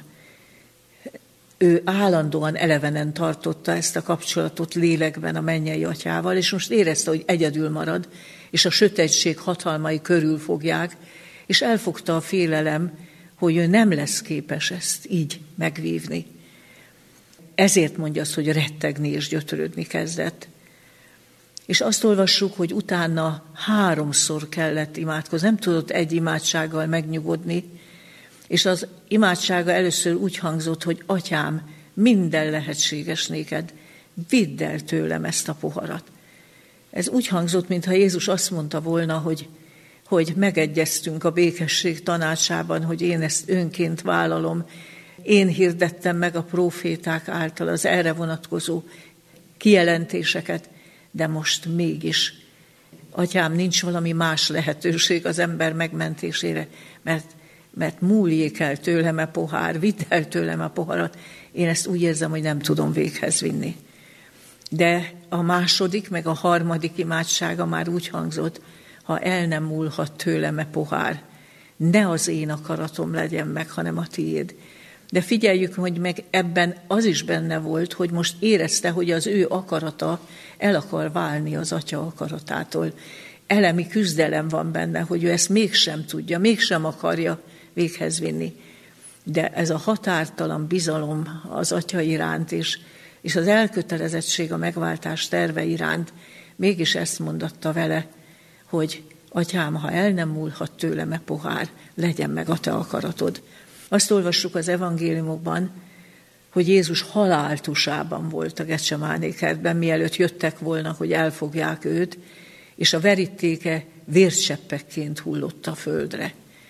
Ő állandóan elevenen tartotta ezt a kapcsolatot lélekben a mennyei atyával, és most érezte, hogy egyedül marad, és a sötétség hatalmai körül fogják, és elfogta a félelem, hogy ő nem lesz képes ezt így megvívni. Ezért mondja azt, hogy rettegni és gyötrődni kezdett. És azt olvassuk, hogy utána 3-szor kellett imádkozni, nem tudott egy imádsággal megnyugodni, és az imádsága először úgy hangzott, hogy Atyám, minden lehetséges néked, vidd el tőlem ezt a poharat. Ez úgy hangzott, mintha Jézus azt mondta volna, hogy megegyeztünk a békesség tanácsában, hogy én ezt önként vállalom. Én hirdettem meg a próféták által az erre vonatkozó kijelentéseket, de most mégis, Atyám, nincs valami más lehetőség az ember megmentésére, mert múljék el tőlem a pohár, vidd el tőlem a poharat. Én ezt úgy érzem, hogy nem tudom véghez vinni. De a második, meg a harmadik imádsága már úgy hangzott, ha el nem múlhat tőlem a pohár, ne az én akaratom legyen meg, hanem a tiéd. De figyeljük, hogy meg ebben az is benne volt, hogy most érezte, hogy az ő akarata el akar válni az Atya akaratától. Elemi küzdelem van benne, hogy ő ezt mégsem tudja, mégsem akarja véghez vinni. De ez a határtalan bizalom az Atya iránt, és az elkötelezettség a megváltás terve iránt mégis ezt mondatta vele, hogy Atyám, ha el nem múlhat tőlem a pohár, legyen meg a te akaratod. Azt olvassuk az evangéliumokban, hogy Jézus haláltusában volt a Getsemáné kertben, mielőtt jöttek volna, hogy elfogják őt, és a verítéke vércseppekként hullott a földre.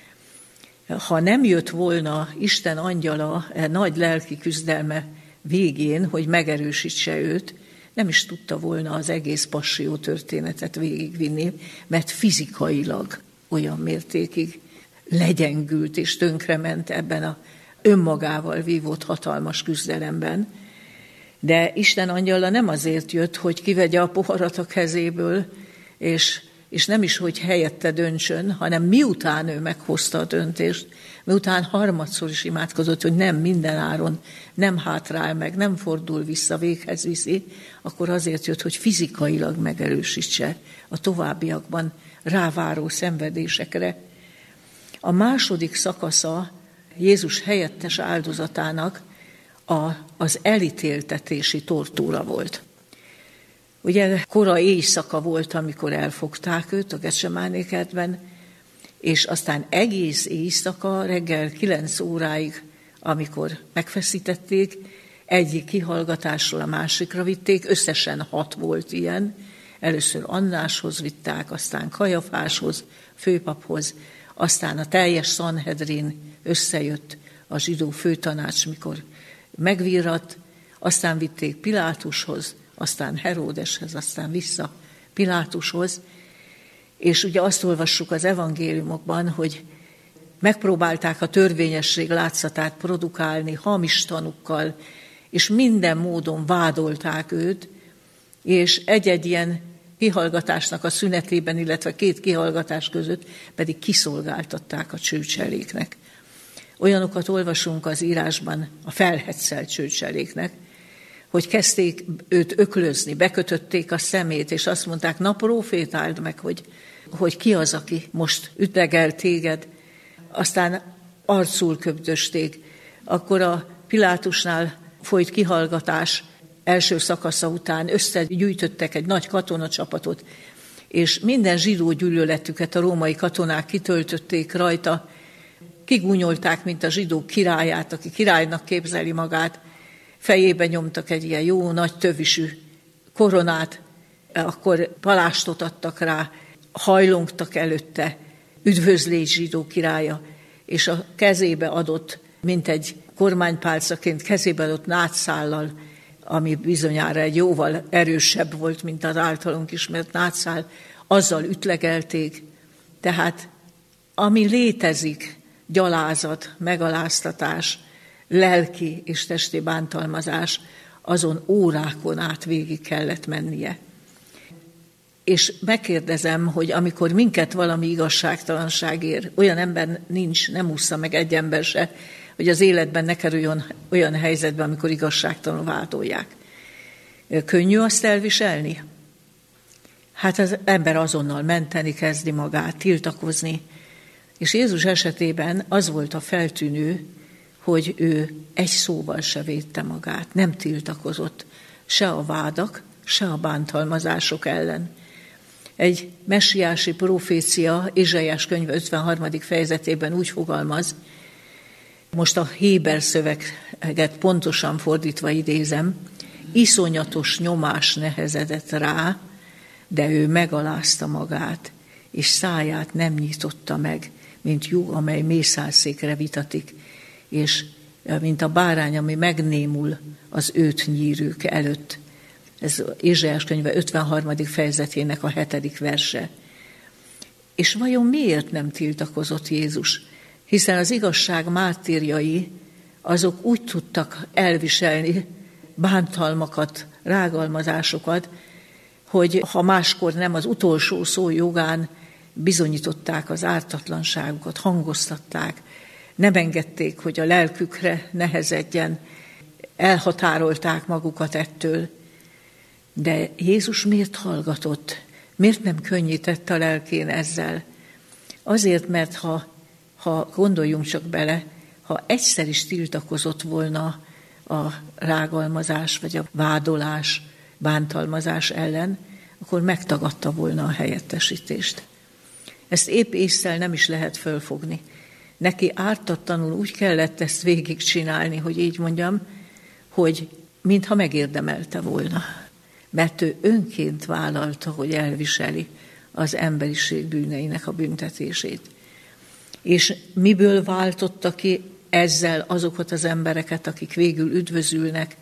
Ha nem jött volna Isten angyala nagy lelki küzdelme végén, hogy megerősítse őt, nem is tudta volna az egész passzió történetet végigvinni, mert fizikailag olyan mértékig legyengült és tönkrement ebben a önmagával vívott hatalmas küzdelemben. De Isten angyala nem azért jött, hogy kivegye a poharat a kezéből, és nem is, hogy helyette döntsön, hanem miután ő meghozta a döntést, miután harmadszor is imádkozott, hogy nem minden áron, nem hátrál meg, nem fordul vissza, véghez viszi, akkor azért jött, hogy fizikailag megerősítse a továbbiakban ráváró szenvedésekre. A második szakasza Jézus helyettes áldozatának az elítéltetési tortúra volt. Ugye kora éjszaka volt, amikor elfogták őt a Getsemáné kertben, és aztán egész éjszaka, reggel 9 óráig, amikor megfeszítették, egyik kihallgatásról a másikra vitték, összesen 6 volt ilyen. Először Annáshoz vitták, aztán Kajafáshoz, főpaphoz. Aztán a teljes Szanhedrin összejött, a zsidó főtanács, mikor megvirradt, aztán vitték Pilátushoz, aztán Heródeshez, aztán vissza Pilátushoz. És ugye azt olvassuk az evangéliumokban, hogy megpróbálták a törvényesség látszatát produkálni hamis tanukkal, és minden módon vádolták őt, és egy-egy ilyen kihallgatásnak a szünetében, illetve 2 kihallgatás között pedig kiszolgáltatták a csőcseléknek. Olyanokat olvasunk az írásban a felhetszelt csőcseléknek, hogy kezdték őt öklözni, bekötötték a szemét, és azt mondták, na profétáld meg, hogy ki az, aki most ütlegel téged. Aztán arcul köpdösték. Akkor a Pilátusnál folyt kihallgatás első szakasza után összegyűjtöttek egy nagy katonacsapatot, és minden zsidó gyűlöletüket a római katonák kitöltötték rajta, kigúnyolták, mint a zsidók királyát, aki királynak képzeli magát, fejébe nyomtak egy ilyen jó nagy tövisű koronát, akkor palástot adtak rá, hajlongtak előtte, üdvözlégy zsidó királya, és a kezébe adott, mint egy kormánypálcaként kezébe adott nátszállal, ami bizonyára egy jóval erősebb volt, mint az általunk ismert nátszál, azzal ütlegelték. Tehát ami létezik, gyalázat, megaláztatás, lelki és testi bántalmazás, azon órákon át végig kellett mennie. És megkérdezem, hogy amikor minket valami igazságtalanság ér, olyan ember nincs, nem ússza meg egy ember se, hogy az életben ne kerüljön olyan helyzetbe, amikor igazságtalanul vádolják. Könnyű azt elviselni? Hát az ember azonnal menteni kezdi magát, tiltakozni. És Jézus esetében az volt a feltűnő, hogy ő egy szóval se védte magát, nem tiltakozott se a vádak, se a bántalmazások ellen. Egy messiási profécia, Ézsaiás könyve 53. fejezetében úgy fogalmaz, most a héber szöveget pontosan fordítva idézem, iszonyatos nyomás nehezedett rá, de ő megalázta magát, és száját nem nyitotta meg, mint juh, amely mészárszékre vitatik, és mint a bárány, ami megnémul az őt nyírők előtt. Ez Ézsaiás könyve 53. fejezetének a 7. verse. És vajon miért nem tiltakozott Jézus? Hiszen az igazság mártírjai, azok úgy tudtak elviselni bántalmakat, rágalmazásokat, hogy ha máskor nem az utolsó szó jogán bizonyították az ártatlanságukat, hangoztatták, nem engedték, hogy a lelkükre nehezedjen, elhatárolták magukat ettől. De Jézus miért hallgatott? Miért nem könnyítette a lelkén ezzel? Azért, mert ha gondoljunk csak bele, ha egyszer is tiltakozott volna a rágalmazás, vagy a vádolás, bántalmazás ellen, akkor megtagadta volna a helyettesítést. Ezt épp ésszel nem is lehet fölfogni. Neki ártatlanul úgy kellett ezt végigcsinálni, hogy így mondjam, hogy mintha megérdemelte volna. Mert ő önként vállalta, hogy elviseli az emberiség bűneinek a büntetését. És miből váltotta ki ezzel azokat az embereket, akik végül üdvözülnek,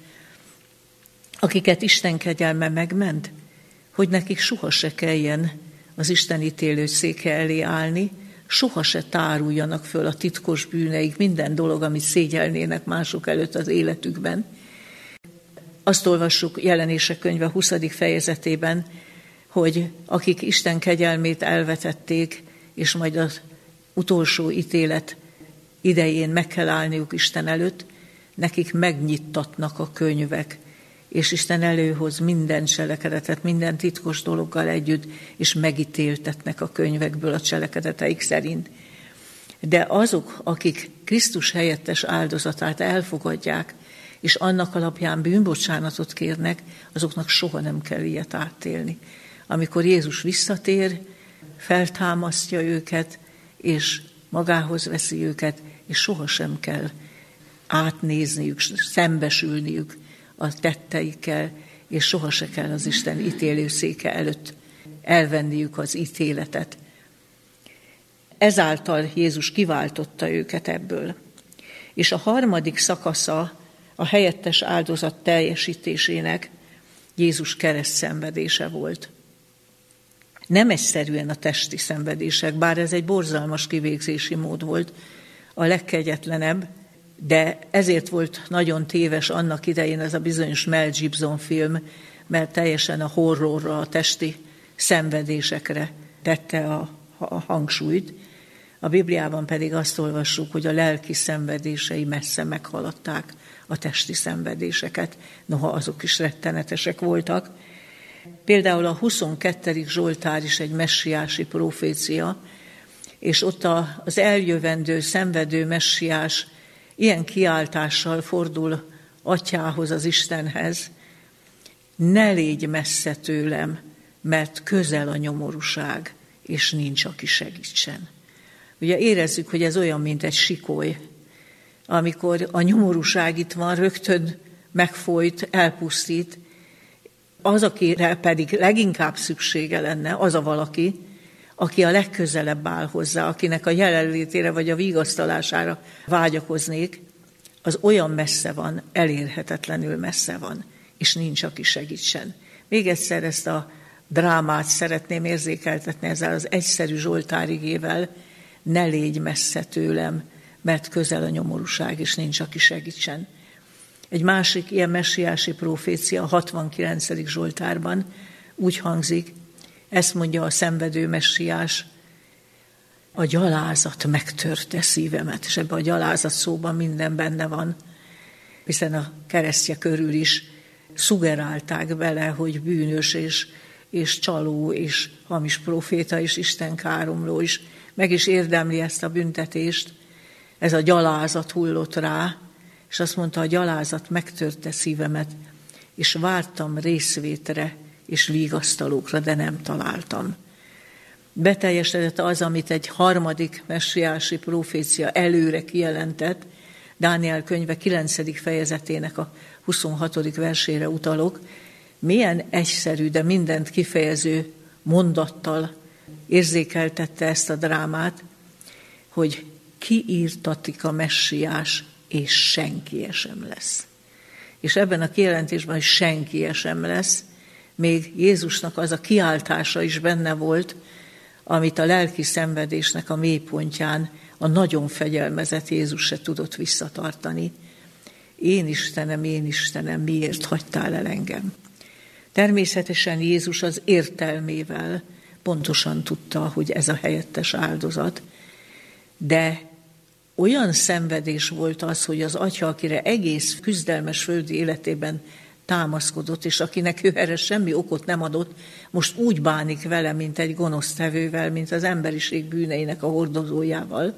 akiket Isten kegyelme megment, hogy nekik soha se kelljen az Isten ítélő széke elé állni, soha se táruljanak föl a titkos bűneik, minden dolog, amit szégyelnének mások előtt az életükben. Azt olvassuk Jelenések könyve 20. fejezetében, hogy akik Isten kegyelmét elvetették, és majd az utolsó ítélet idején meg kell állniuk Isten előtt, nekik megnyittatnak a könyvek, és Isten előhoz minden cselekedetet, minden titkos dologgal együtt, és megítéltetnek a könyvekből a cselekedeteik szerint. De azok, akik Krisztus helyettes áldozatát elfogadják, és annak alapján bűnbocsánatot kérnek, azoknak soha nem kell ilyet átélni. Amikor Jézus visszatér, feltámasztja őket, és magához veszi őket, és sohasem kell átnézniük, szembesülniük a tetteikkel, és sohasem kell az Isten ítélőszéke előtt elvenniük az ítéletet. ezáltal Jézus kiváltotta őket ebből. És a harmadik szakasza a helyettes áldozat teljesítésének Jézus keresztszenvedése volt. Nem egyszerűen a testi szenvedések, bár ez egy borzalmas kivégzési mód volt, a legkegyetlenebb, de ezért volt nagyon téves annak idején ez a bizonyos Mel Gibson film, mert teljesen a horrorra, a testi szenvedésekre tette a hangsúlyt. A Bibliában pedig azt olvassuk, hogy a lelki szenvedései messze meghaladták a testi szenvedéseket, noha azok is rettenetesek voltak. Például a 22. Zsoltár is egy messiási profécia, és ott az eljövendő, szenvedő messiás ilyen kiáltással fordul Atyához, az Istenhez: ne légy messze tőlem, mert közel a nyomorúság, és nincs, aki segítsen. Ugye érezzük, hogy ez olyan, mint egy sikoly. Amikor a nyomorúság itt van, rögtön megfojt, elpusztít. Az, akire pedig leginkább szüksége lenne, az a valaki, aki a legközelebb áll hozzá, akinek a jelenlétére vagy a vigasztalására vágyakoznék, az olyan messze van, elérhetetlenül messze van, és nincs, aki segítsen. Még egyszer ezt a drámát szeretném érzékeltetni ezzel az egyszerű zsoltárigével: ne légy messze tőlem, mert közel a nyomorúság, és nincs, aki segítsen. Egy másik ilyen messiási profécia a 69. Zsoltárban úgy hangzik, ezt mondja a szenvedő messiás: a gyalázat megtörte szívemet, és ebben a gyalázat szóban minden benne van, hiszen a keresztje körül is szugerálták bele, hogy bűnös és csaló és hamis proféta és istenkáromló is, meg is érdemli ezt a büntetést. Ez a gyalázat hullott rá, és azt mondta, a gyalázat megtörte szívemet, és vártam részvétre és vigasztalókra, de nem találtam. Beteljesedett az, amit egy harmadik messiási profécia előre kijelentett, Dániel könyve 9. fejezetének a 26. versére utalok. Milyen egyszerű, de mindent kifejező mondattal érzékeltette ezt a drámát, hogy kiírtatik a messiás, és senki sem lesz. És ebben a kijelentésben, hogy senki sem lesz, még Jézusnak az a kiáltása is benne volt, amit a lelki szenvedésnek a mélypontján a nagyon fegyelmezett Jézus se tudott visszatartani. Én Istenem, miért hagytál el engem? Természetesen Jézus az értelmével pontosan tudta, hogy ez a helyettes áldozat, de olyan szenvedés volt az, hogy az Atya, akire egész küzdelmes földi életében támaszkodott, és akinek ő erre semmi okot nem adott, most úgy bánik vele, mint egy gonosztevővel, mint az emberiség bűneinek a hordozójával,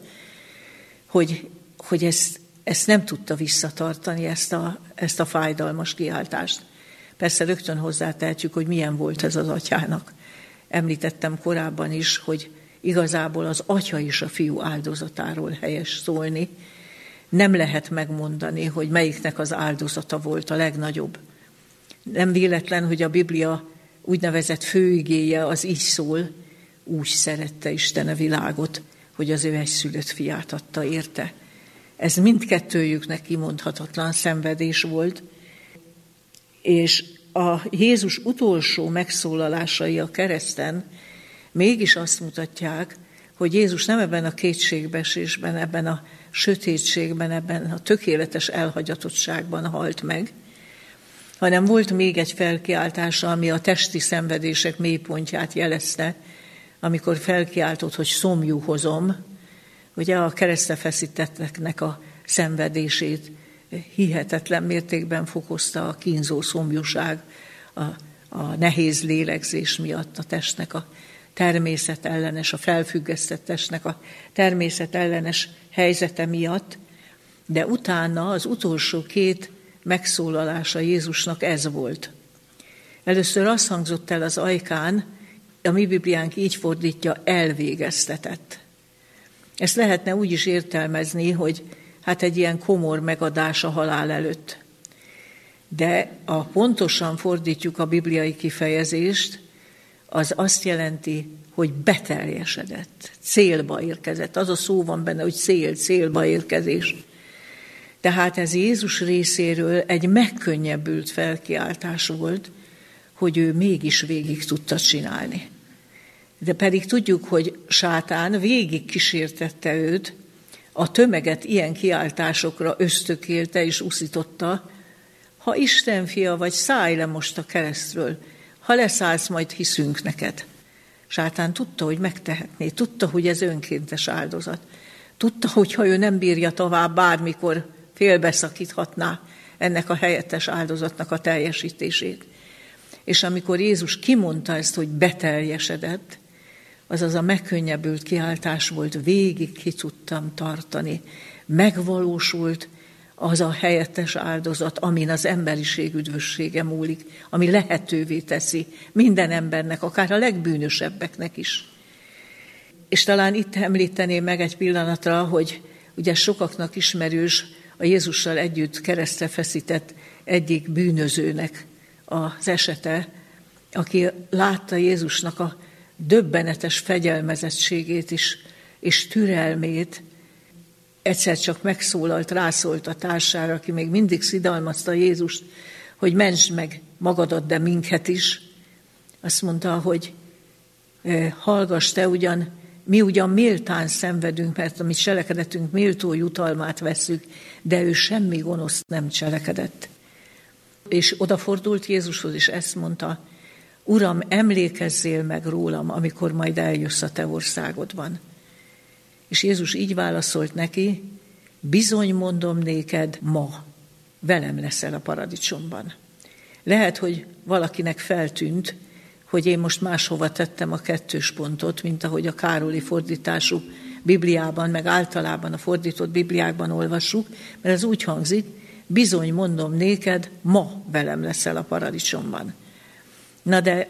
hogy ezt nem tudta visszatartani, ezt a fájdalmas kiáltást. Persze rögtön hozzátehetjük, hogy milyen volt ez az Atyának. Említettem korábban is, hogy igazából az Atya és a Fiú áldozatáról helyes szólni. Nem lehet megmondani, hogy melyiknek az áldozata volt a legnagyobb. Nem véletlen, hogy a Biblia úgynevezett főigéje az így szól: úgy szerette Isten a világot, hogy az ő egyszülött fiát adta érte. Ez mindkettőjüknek kimondhatatlan szenvedés volt, és a Jézus utolsó megszólalásai a kereszten mégis azt mutatják, hogy Jézus nem ebben a kétségbeesésben, ebben a sötétségben, ebben a tökéletes elhagyatottságban halt meg, hanem volt még egy felkiáltása, ami a testi szenvedések mélypontját jelezte, amikor felkiáltott, hogy szomjú hozom. Ugye a keresztre feszítetteknek a szenvedését hihetetlen mértékben fokozta a kínzó szomjúság, a nehéz lélegzés miatt, a testnek a természetellenes, a felfüggesztett testnek a természetellenes helyzete miatt, de utána az utolsó két megszólalása Jézusnak ez volt. Először azt hangzott el az ajkán, a mi Bibliánk így fordítja, elvégeztetett. Ezt lehetne úgy is értelmezni, hogy hát egy ilyen komor megadás a halál előtt. De pontosan fordítjuk a bibliai kifejezést, az azt jelenti, hogy beteljesedett, célba érkezett. Az a szó van benne, hogy célba érkezés. Tehát ez Jézus részéről egy megkönnyebbült felkiáltás volt, hogy ő mégis végig tudta csinálni. De pedig tudjuk, hogy sátán végig kísértette őt, a tömeget ilyen kiáltásokra ösztökélte és uszította, ha Isten fia vagy, szállj le most a keresztről, ha leszállsz, majd hiszünk neked. Sátán tudta, hogy megtehetné, tudta, hogy ez önkéntes áldozat. Tudta, hogy ha ő nem bírja tovább, bármikor félbeszakíthatná ennek a helyettes áldozatnak a teljesítését. És amikor Jézus kimondta ezt, hogy beteljesedett, azaz a megkönnyebbült kiáltás volt, végig ki tudtam tartani. Megvalósult az a helyettes áldozat, amin az emberiség üdvössége múlik, ami lehetővé teszi minden embernek, akár a legbűnösebbeknek is. És talán itt említeném meg egy pillanatra, hogy ugye sokaknak ismerős a Jézussal együtt keresztre feszített egyik bűnözőnek az esete, aki látta Jézusnak a döbbenetes fegyelmezettségét is, és türelmét, egyszer csak megszólalt, rászólt a társára, aki még mindig szidalmazta Jézust, hogy mentsd meg magadat, de minket is. Azt mondta, hogy hallgass te, mi ugyan méltán szenvedünk, mert a mi cselekedetünk méltó jutalmát vesszük, de ő semmi gonoszt nem cselekedett. És odafordult Jézushoz, és ezt mondta, Uram, emlékezzél meg rólam, amikor majd eljössz a te országodban. És Jézus így válaszolt neki, bizony mondom néked, ma velem leszel a paradicsomban. Lehet, hogy valakinek feltűnt, hogy én most máshova tettem a 2. pontot, mint ahogy a Károli fordítású Bibliában, meg általában a fordított Bibliákban olvassuk, mert ez úgy hangzik, bizony mondom néked, ma velem leszel a paradicsomban. Na de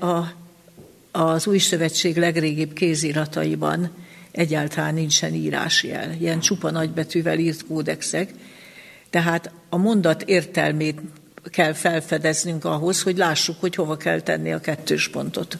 az Új Szövetség legrégibb kézirataiban egyáltalán nincsen írásjel, ilyen csupa nagybetűvel írt kódexek, tehát a mondat értelmét kell felfedeznünk ahhoz, hogy lássuk, hogy hova kell tenni a 2. pontot.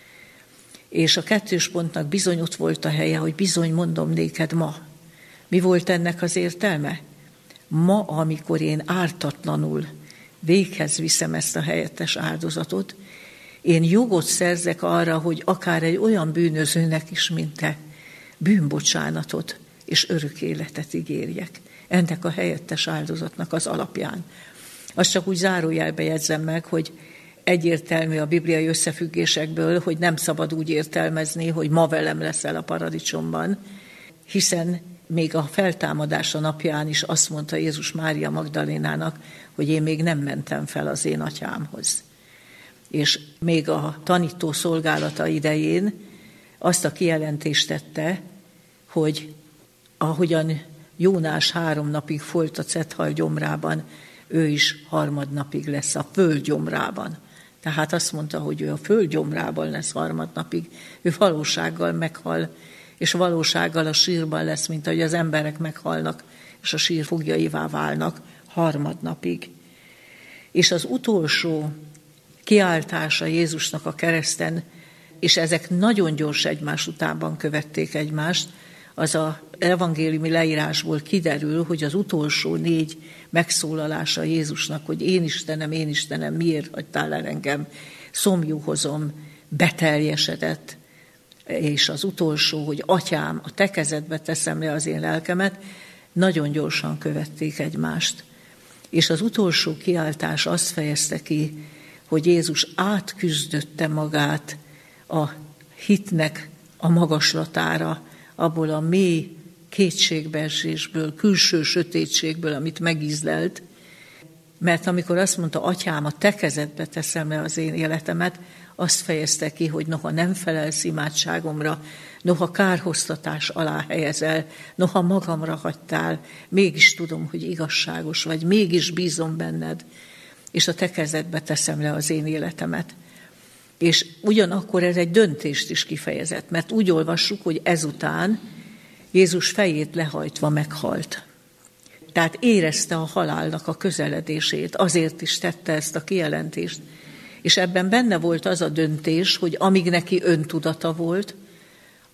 És a 2. pontnak bizony ott volt a helye, hogy bizony mondom néked ma. Mi volt ennek az értelme? Ma, amikor én ártatlanul véghez viszem ezt a helyettes áldozatot, én jogot szerzek arra, hogy akár egy olyan bűnözőnek is, mint te, bűnbocsánatot és örök életet ígérjek. Ennek a helyettes áldozatnak az alapján. Azt csak úgy zárójelbe jegyzem meg, hogy egyértelmű a bibliai összefüggésekből, hogy nem szabad úgy értelmezni, hogy ma velem leszel a paradicsomban, hiszen még a feltámadása napján is azt mondta Jézus Mária Magdalénának, hogy én még nem mentem fel az én atyámhoz. És még a tanító szolgálata idején azt a kijelentést tette, hogy ahogyan Jónás 3 napig folyt a cethal gyomrában, ő is harmadnapig lesz a föld gyomrában. Tehát azt mondta, hogy ő a föld gyomrában lesz harmadnapig, ő valósággal meghal, és valósággal a sírban lesz, mint ahogy az emberek meghalnak, és a sír fogjaivá válnak harmadnapig. És az utolsó kiáltása Jézusnak a kereszten, és ezek nagyon gyors egymás utánban követték egymást, az az evangéliumi leírásból kiderül, hogy az utolsó 4 megszólalása Jézusnak, hogy én Istenem, miért hagytál el engem, szomjúhozom, beteljesedett, és az utolsó, hogy atyám, a te kezedbe teszem le az én lelkemet, nagyon gyorsan követték egymást. És az utolsó kiáltás azt fejezte ki, hogy Jézus átküzdötte magát a hitnek a magaslatára, abból a mély kétségbeesésből, külső sötétségből, amit megízlelt, mert amikor azt mondta, atyám, a te kezedbe teszem le az én életemet, azt fejezte ki, hogy noha nem felelsz imádságomra, noha kárhoztatás alá helyezel, noha magamra hagytál, mégis tudom, hogy igazságos vagy, mégis bízom benned, és a te kezedbe teszem le az én életemet. És ugyanakkor ez egy döntést is kifejezett, mert úgy olvassuk, hogy ezután Jézus fejét lehajtva meghalt. Tehát érezte a halálnak a közeledését, azért is tette ezt a kijelentést. És ebben benne volt az a döntés, hogy amíg neki öntudata volt,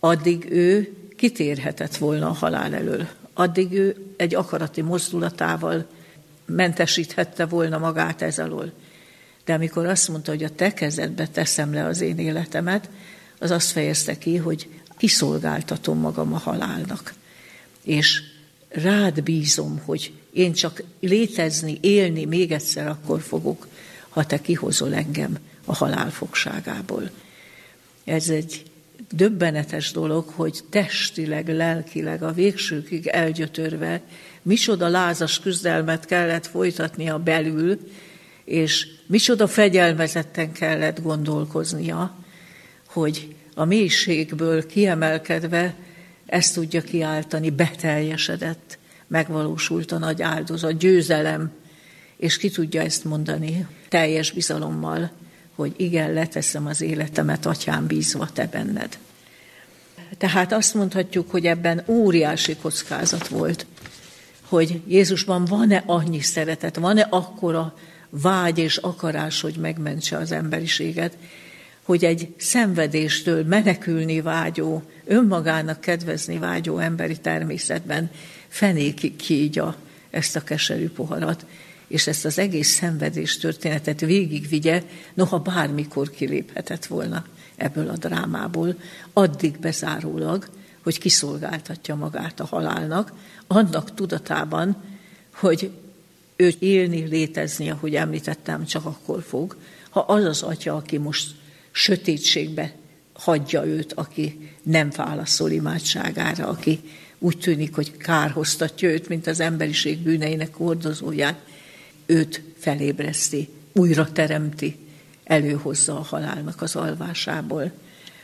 addig ő kitérhetett volna a halál elől. Addig ő egy akarati mozdulatával mentesíthette volna magát ez alól. De amikor azt mondta, hogy a te kezedbe teszem le az én életemet, az azt fejezte ki, hogy kiszolgáltatom magam a halálnak. És rád bízom, hogy én csak létezni, élni még egyszer akkor fogok, ha te kihozol engem a halál fogságából. Ez egy döbbenetes dolog, hogy testileg, lelkileg a végsőkig elgyötörve micsoda lázas küzdelmet kellett folytatnia belül, és micsoda fegyelmezetten kellett gondolkoznia, hogy a mélységből kiemelkedve ezt tudja kiáltani, beteljesedett, megvalósult a nagy áldozat, győzelem, és ki tudja ezt mondani teljes bizalommal, hogy igen, leteszem az életemet, Atyám, bízva te benned. Tehát azt mondhatjuk, hogy ebben óriási kockázat volt, hogy Jézusban van-e annyi szeretet, van-e akkora vágy és akarás, hogy megmentse az emberiséget, hogy egy szenvedéstől menekülni vágyó, önmagának kedvezni vágyó emberi természetben fenékig kígyja ezt a keserű poharat, és ezt az egész szenvedés történetet végigvigye, noha bármikor kiléphetett volna ebből a drámából, addig bezárólag, hogy kiszolgáltatja magát a halálnak, annak tudatában, hogy ő élni, létezni, ahogy említettem, csak akkor fog, ha az az Atya, aki most sötétségbe hagyja őt, aki nem válaszol imádságára, aki úgy tűnik, hogy kárhoztatja őt, mint az emberiség bűneinek hordozóját, őt felébreszti, újra teremti, előhozza a halálnak az alvásából.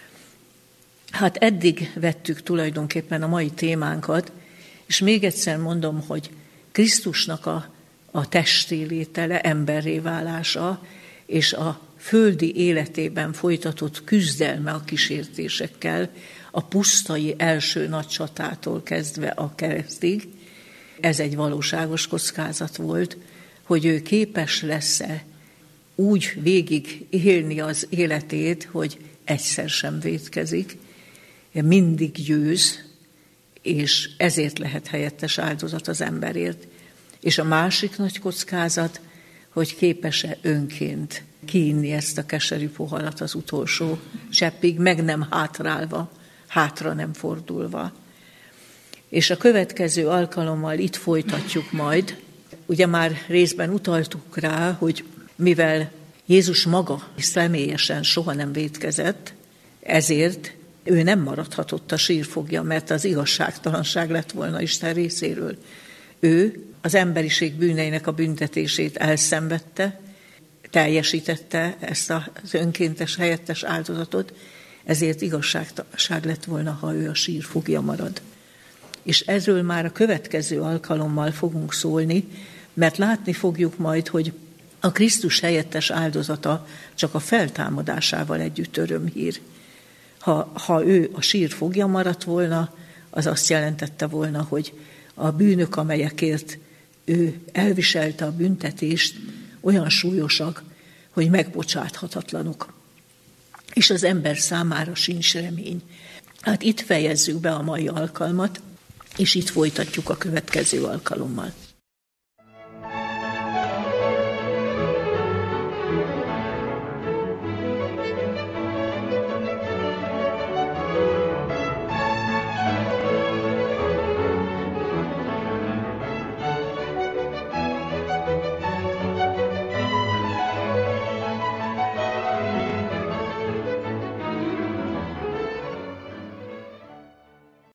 Hát eddig vettük tulajdonképpen a mai témánkat, és még egyszer mondom, hogy Krisztusnak a testé létele, emberré válása, és a földi életében folytatott küzdelme a kísértésekkel, a pusztai első nagy csatától kezdve a keresztig, ez egy valóságos kockázat volt, hogy ő képes lesz-e úgy végig élni az életét, hogy egyszer sem vétkezik, mindig győz, és ezért lehet helyettes áldozat az emberért. És a másik nagy kockázat, hogy képes-e önként kiinni ezt a keserű poharat az utolsó cseppig, meg nem hátrálva, hátra nem fordulva. És a következő alkalommal itt folytatjuk majd. Ugye már részben utaltuk rá, hogy mivel Jézus maga személyesen soha nem vétkezett, ezért ő nem maradhatott a sírfogja, mert az igazságtalanság lett volna Isten részéről. Ő az emberiség bűneinek a büntetését elszenvedte, teljesítette ezt az önkéntes, helyettes áldozatot, ezért igazságtalanság lett volna, ha ő a sírfogja marad. És ezről már a következő alkalommal fogunk szólni, mert látni fogjuk majd, hogy a Krisztus helyettes áldozata csak a feltámadásával együtt örömhír. Ha ő a sírfogja maradt volna, az azt jelentette volna, hogy a bűnök, amelyekért ő elviselte a büntetést, olyan súlyosak, hogy megbocsáthatatlanok. És az ember számára sincs remény. Hát itt fejezzük be a mai alkalmat, és itt folytatjuk a következő alkalommal.